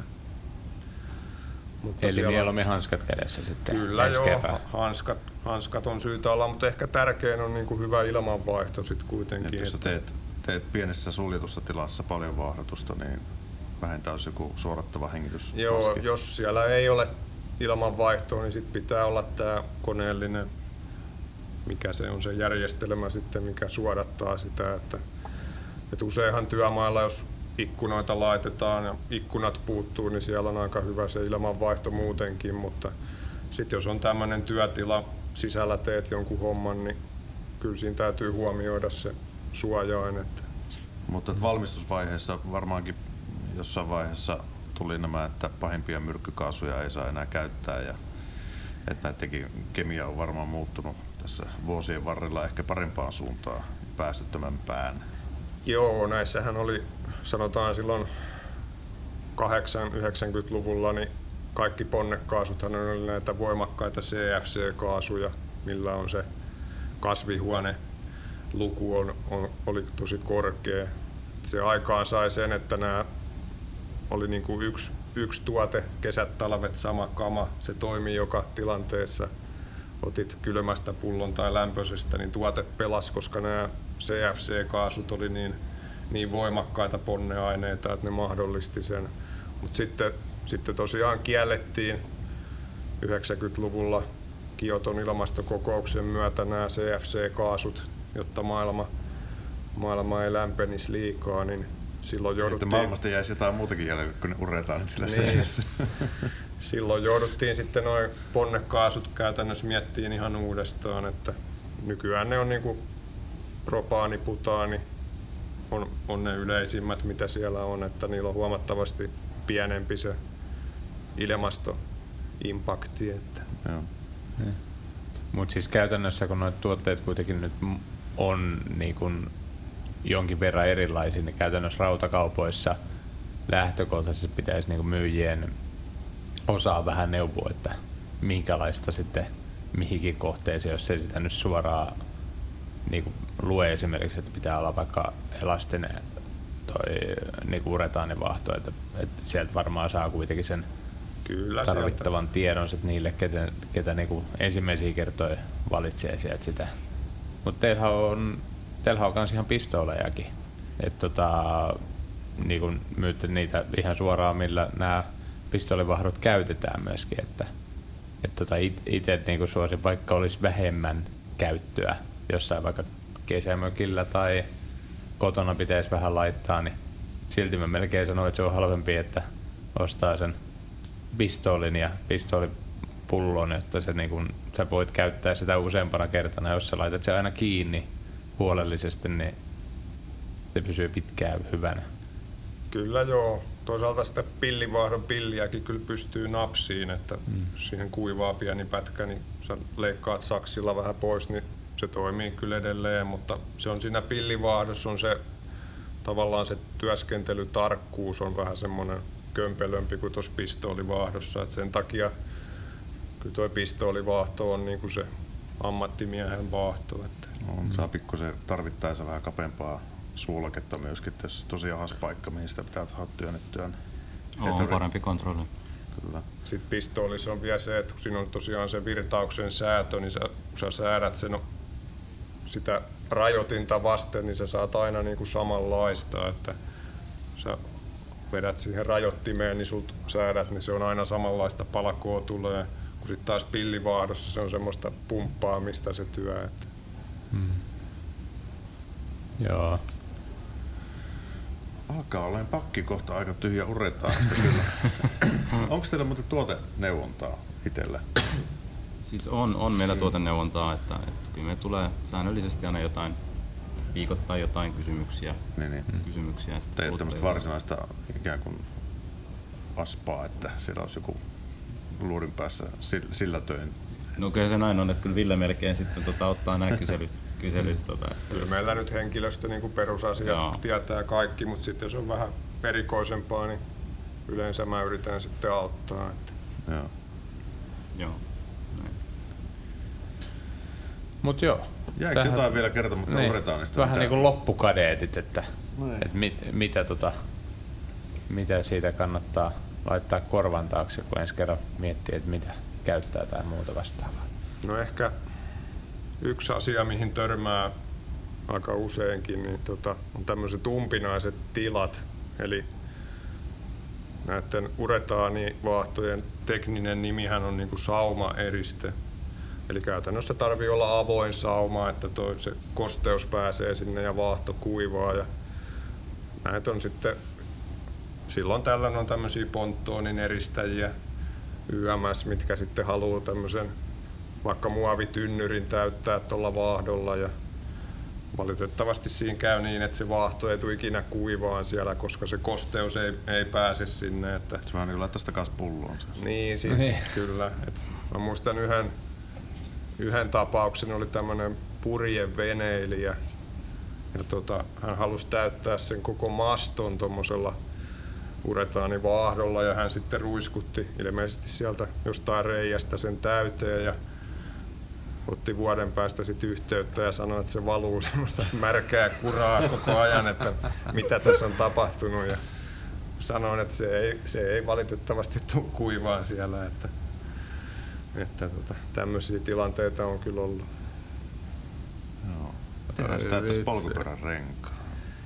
mutta eli mieluummin hanskat kädessä sitten. Kyllä joo, hanskat, hanskat on syytä olla, mutta ehkä tärkein on niin kuin hyvä ilmanvaihto sitten kuitenkin. Et jos että teet, teet pienessä suljetussa tilassa paljon vaahdotusta, niin vähentäisi joku suorattava hengitys. Joo, maski. Jos siellä ei ole ilmanvaihtoa, niin sit pitää olla tämä koneellinen, mikä se on se järjestelmä sitten, mikä suodattaa sitä. Että, että useinhan työmailla, jos ikkunoita laitetaan ja ikkunat puuttuu, niin siellä on aika hyvä se ilmanvaihto muutenkin, mutta sitten jos on tämmöinen työtila, sisällä teet jonkun homman, niin kyllä siinä täytyy huomioida se suojain. Että. Mutta valmistusvaiheessa varmaankin jossain vaiheessa tuli nämä, että pahimpia myrkkykaasuja ei saa enää käyttää ja että näidenkin kemia on varmaan muuttunut tässä vuosien varrella ehkä parempaan suuntaan, päästöttömämpään. Joo, näissähän oli, sanotaan silloin kahdeksankymmentä-yhdeksänkymmentäluvulla, niin kaikki ponnekaasuthan oli näitä voimakkaita C F C-kaasuja, millä on se kasvihuoneluku on, on, oli tosi korkea. Se aikaan sai sen, että nämä oli niin kuin yksi, yksi tuote, kesät, talvet, sama kama. Se toimii joka tilanteessa. Otit kylmästä pullon tai lämpöisestä, niin tuote pelasi, koska nämä C F C-kaasut oli niin, niin voimakkaita ponneaineita, että ne mahdollisti sen. Mutta sitten, sitten tosiaan kiellettiin yhdeksänkymmentäluvulla Kioton ilmastokokouksen myötä nämä C F C-kaasut, jotta maailma, maailma ei lämpenisi liikaa, niin silloin jouduttiin... Että maailmasta jäisi jotain muutakin jäljellä, kun ne uretaan nyt sillä niin. Silloin jouduttiin sitten noin ponnekaasut käytännössä miettiin ihan uudestaan, että nykyään ne on niinku propaani, putaani, on, on ne yleisimmät mitä siellä on, että niillä on huomattavasti pienempi se ilmastoimpakti. Että. Mutta siis käytännössä kun noita tuotteet kuitenkin nyt on niin kun jonkin verran erilaisia, niin käytännössä rautakaupoissa lähtökohtaisesti pitäisi niin kun myyjien osaa vähän neuvoa, että minkälaista sitten mihinkin kohteeseen, jos ei sitä nyt suoraan niin kuin lue esimerkiksi, että pitää olla vaikka elastinen toi niin uretaanivaahto, että, että sieltä varmaan saa kuitenkin sen Kyllä, tarvittavan sieltä. tiedon sit niille, ketä, ketä niin kuin ensimmäisiä kertoja valitsee sieltä sitä. Mutta teillähän on, teillähän on kans ihan pistoolejakin, että tota, niin kuin myytte niitä ihan suoraan, millä nämä pistoolivahdot käytetään myöskin, että et tota itse niinku suosin, vaikka olisi vähemmän käyttöä jossain vaikka kesämökillä tai kotona pitäisi vähän laittaa, niin silti mä melkein sanoin, että se on halvempi, että ostaa sen pistoolin ja pistoolipullon, että se niinku, sä voit käyttää sitä useampana kertana, jos sä laitat se aina kiinni huolellisesti, niin se pysyy pitkään hyvänä. Kyllä joo. toisaalta sitä pillivahdon pilliäkin kyllä pystyy napsiin, että mm. siihen kuivaa pieni pätkä, niin sä leikkaat saksilla vähän pois, niin se toimii kyllä edelleen, mutta se on siinä pillivahdossa on se tavallaan se työskentelytarkkuus on vähän semmoinen kömpelömpi kuin tuossa pistoolivahdossa, että sen takia kyllä tuo pistoolivahto on niin kuin se ammattimiehen vaahto. Että. On, saa pikkusen tarvittaessa vähän kapempaa suolaketta myöskin, tässä tosiaan haspaikka, mihin sitä pitää saada työnnettyä. On, on parempi kontrolli. Kyllä. Sitten pistoolissa on vielä se, että kun siinä on tosiaan se virtauksen säätö, niin sä, kun sä säädät sen, sitä rajoitinta vasten, niin sä saat aina niin kuin samanlaista, että sä vedät siihen rajoittimeen, niin sulta säädät, niin se on aina samanlaista palkoa tulee. Kun sitten taas pillivaahdossa se on semmoista pumppaamista se työ. Että. Hmm. Joo. Alkaa olemaan pakki kohta aika tyhjä uretaanista kyllä. Onko teillä muuten tuoteneuvontaa itsellä? Siis on, on meillä tuoteneuvontaa, että, että kyllä me tulee säännöllisesti aina jotain, viikoittain jotain kysymyksiä. Niin, niin. kysymyksiä Te ei tämmöistä varsinaista ikään kuin aspaa, että siellä olisi joku luurin päässä sillä töin. No kyllä se näin on, että kyllä Ville melkein sitten tota, ottaa nämä kyselyt. kyselyt tota, kyllä meillä nyt henkilöstö niin kuin perusasiat Joo. tietää kaikki, mutta sitten jos on vähän erikoisempaa, niin yleensä mä yritän sitten auttaa. Että. Joo. Joo. Näin. Mut joo. Jäikö tähän, jotain vielä kertomatta niin, uretaanista? vähän niin kuin loppukadeetit, että, no että mit, mitä, tota, mitä siitä kannattaa laittaa korvan taakse, kun ensi kerran miettii, että mitä käyttää tai muuta vastaavaa. No ehkä yksi asia, mihin törmää aika useinkin, niin tota, on tämmöiset umpinaiset tilat. Eli näiden uretaanivaahtojen tekninen nimihän on niinku saumaeriste. Eli käytännössä tarvii olla avoin sauma, että toi se kosteus pääsee sinne ja vaahto kuivaa. Ja näitä on sitten, silloin tällöin on tämmöisiä ponttoonin eristäjiä, Y M S, mitkä sitten haluaa tämmöisen vaikka muovitynnyrin täyttää tuolla vaahdolla. Ja valitettavasti siinä käy niin, että se vaahto ei tule ikinä kuivaan siellä, koska se kosteus ei, ei pääse sinne. Että se vähän niin kuin laittaisi takaisin pulloon. Niin, siis, niin. Kyllä. Et mä muistan yhden, yhden tapauksen, oli tämmöinen purjeveneilijä. Ja tota, hän halusi täyttää sen koko maston tuommoisella uretaanivaahdolla ja hän sitten ruiskutti ilmeisesti sieltä jostain reiästä sen täyteen ja otti vuoden päästä sit yhteyttä ja sanoi, että se valuu semmoista märkää kuraa koko ajan, että mitä tässä on tapahtunut. Ja sanoin, että se ei, se ei valitettavasti tule kuivaan siellä, että, että tota, tämmöisiä tilanteita on kyllä ollut. Joo. Tehdään sitä täyttäisi polkuperän renkaa.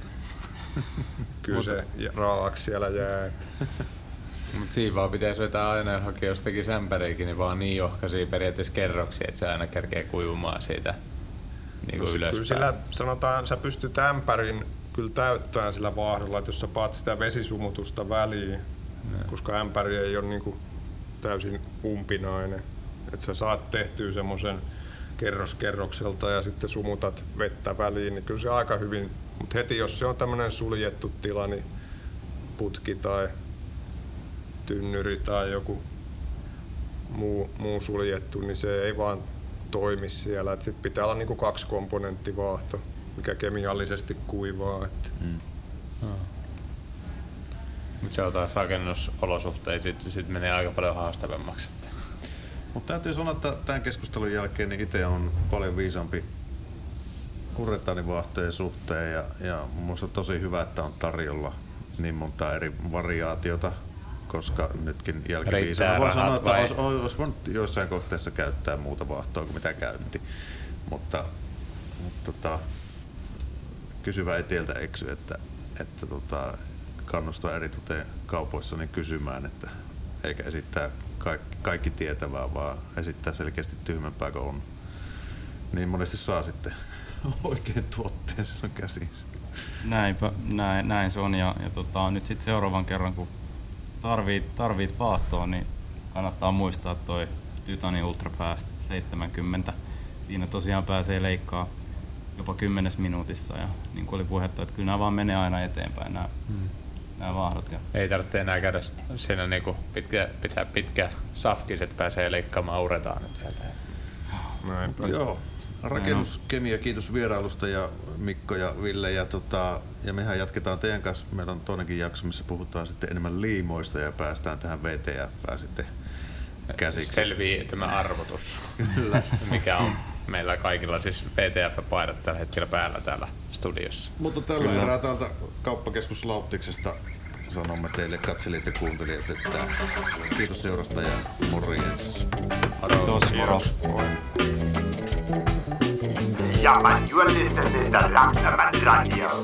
Kyllä se raaaksi siellä jää. Että. Mutta siinä vaan pitäisi vetää aina johonkin jostakin sämpäriikin, niin vaan niin johkaisia periaatteessa kerroksia, että se aina kerkee kuivumaan siitä niin kuin no, ylöspäin. Kyllä sillä sanotaan, sä pystyt ämpärin kyllä täyttämään sillä vaahdolla, että jos sä paat sitä vesisumutusta väliin, no. koska ämpäri ei ole niin kuin täysin umpinainen. Että sä saat tehtyä semmoisen kerros kerrokselta ja sitten sumutat vettä väliin, niin kyllä se aika hyvin. Mutta heti jos se on tämmöinen suljettu tila, niin putki tai tynnyri tai joku muu, muu suljettu, niin se ei vaan toimi siellä. Sitten pitää olla niinku kaksi komponenttivaahto, mikä kemiallisesti kuivaa. Että. Mm. Ah. Mutta se on taas rakennusolosuhteet, sitten sit menee aika paljon haastavammaksi. Mutta täytyy sanoa, että tämän keskustelun jälkeen niin itse on paljon viisaampi uretaanivaahtojen suhteen ja, ja mun mielestä on tosi hyvä, että on tarjolla niin monta eri variaatiota, koska nytkin jälkiviisana voi sanoa, että olisi, olisi voinut joissain kohteissa käyttää muuta vaahtoa kuin mitä käytti, mutta, mutta tota, kysyvä ei tieltä eksy, että, että tota, kannustaa eritoten kaupoissa niin kysymään, että eikä esittää kaikki, kaikki tietävää, vaan esittää selkeästi tyhmempää kuin on. Niin monesti saa sitten oikein tuotteen silloin käsiinsä. Näinpä, näin, näin se on ja, ja tota, nyt sitten seuraavan kerran kun tarvit, tarvit vaahtoa, niin kannattaa muistaa toi Titani Ultrafast seitsemänkymmentä. Siinä tosiaan pääsee leikkaa jopa kymmenessä minuutissa ja niin kuin oli puhetta, että kyllä nämä vaan menee aina eteenpäin nämä, hmm. nämä vaahdot. Ja Ei tarvitse enää käydä siinä niinku pitkä, pitää pitkä safkiset pääsee leikkaamaan uretaan nyt sieltä. Näinpä. Joo. Rakennuskemia, kiitos vierailusta ja Mikko ja Ville. Ja, tota, ja mehän jatketaan teidän kanssa. Meillä on toinenkin jakso, missä puhutaan sitten enemmän liimoista ja päästään tähän V T F:ään sitten käsiksi. Selvii tämä arvotus, mikä on meillä kaikilla siis V T F-paidat tällä hetkellä päällä täällä studiossa. Mutta tällä erää täältä Kauppakeskus Lauttiksesta sanomme teille katselijat ja kuuntelijat, että kiitos seurasta ja morjens. kiitos, moro. Ja, man, you're listening to Raksaman Radio.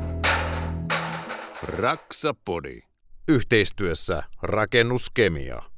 Raksapodi. Yhteistyössä Rakennuskemia.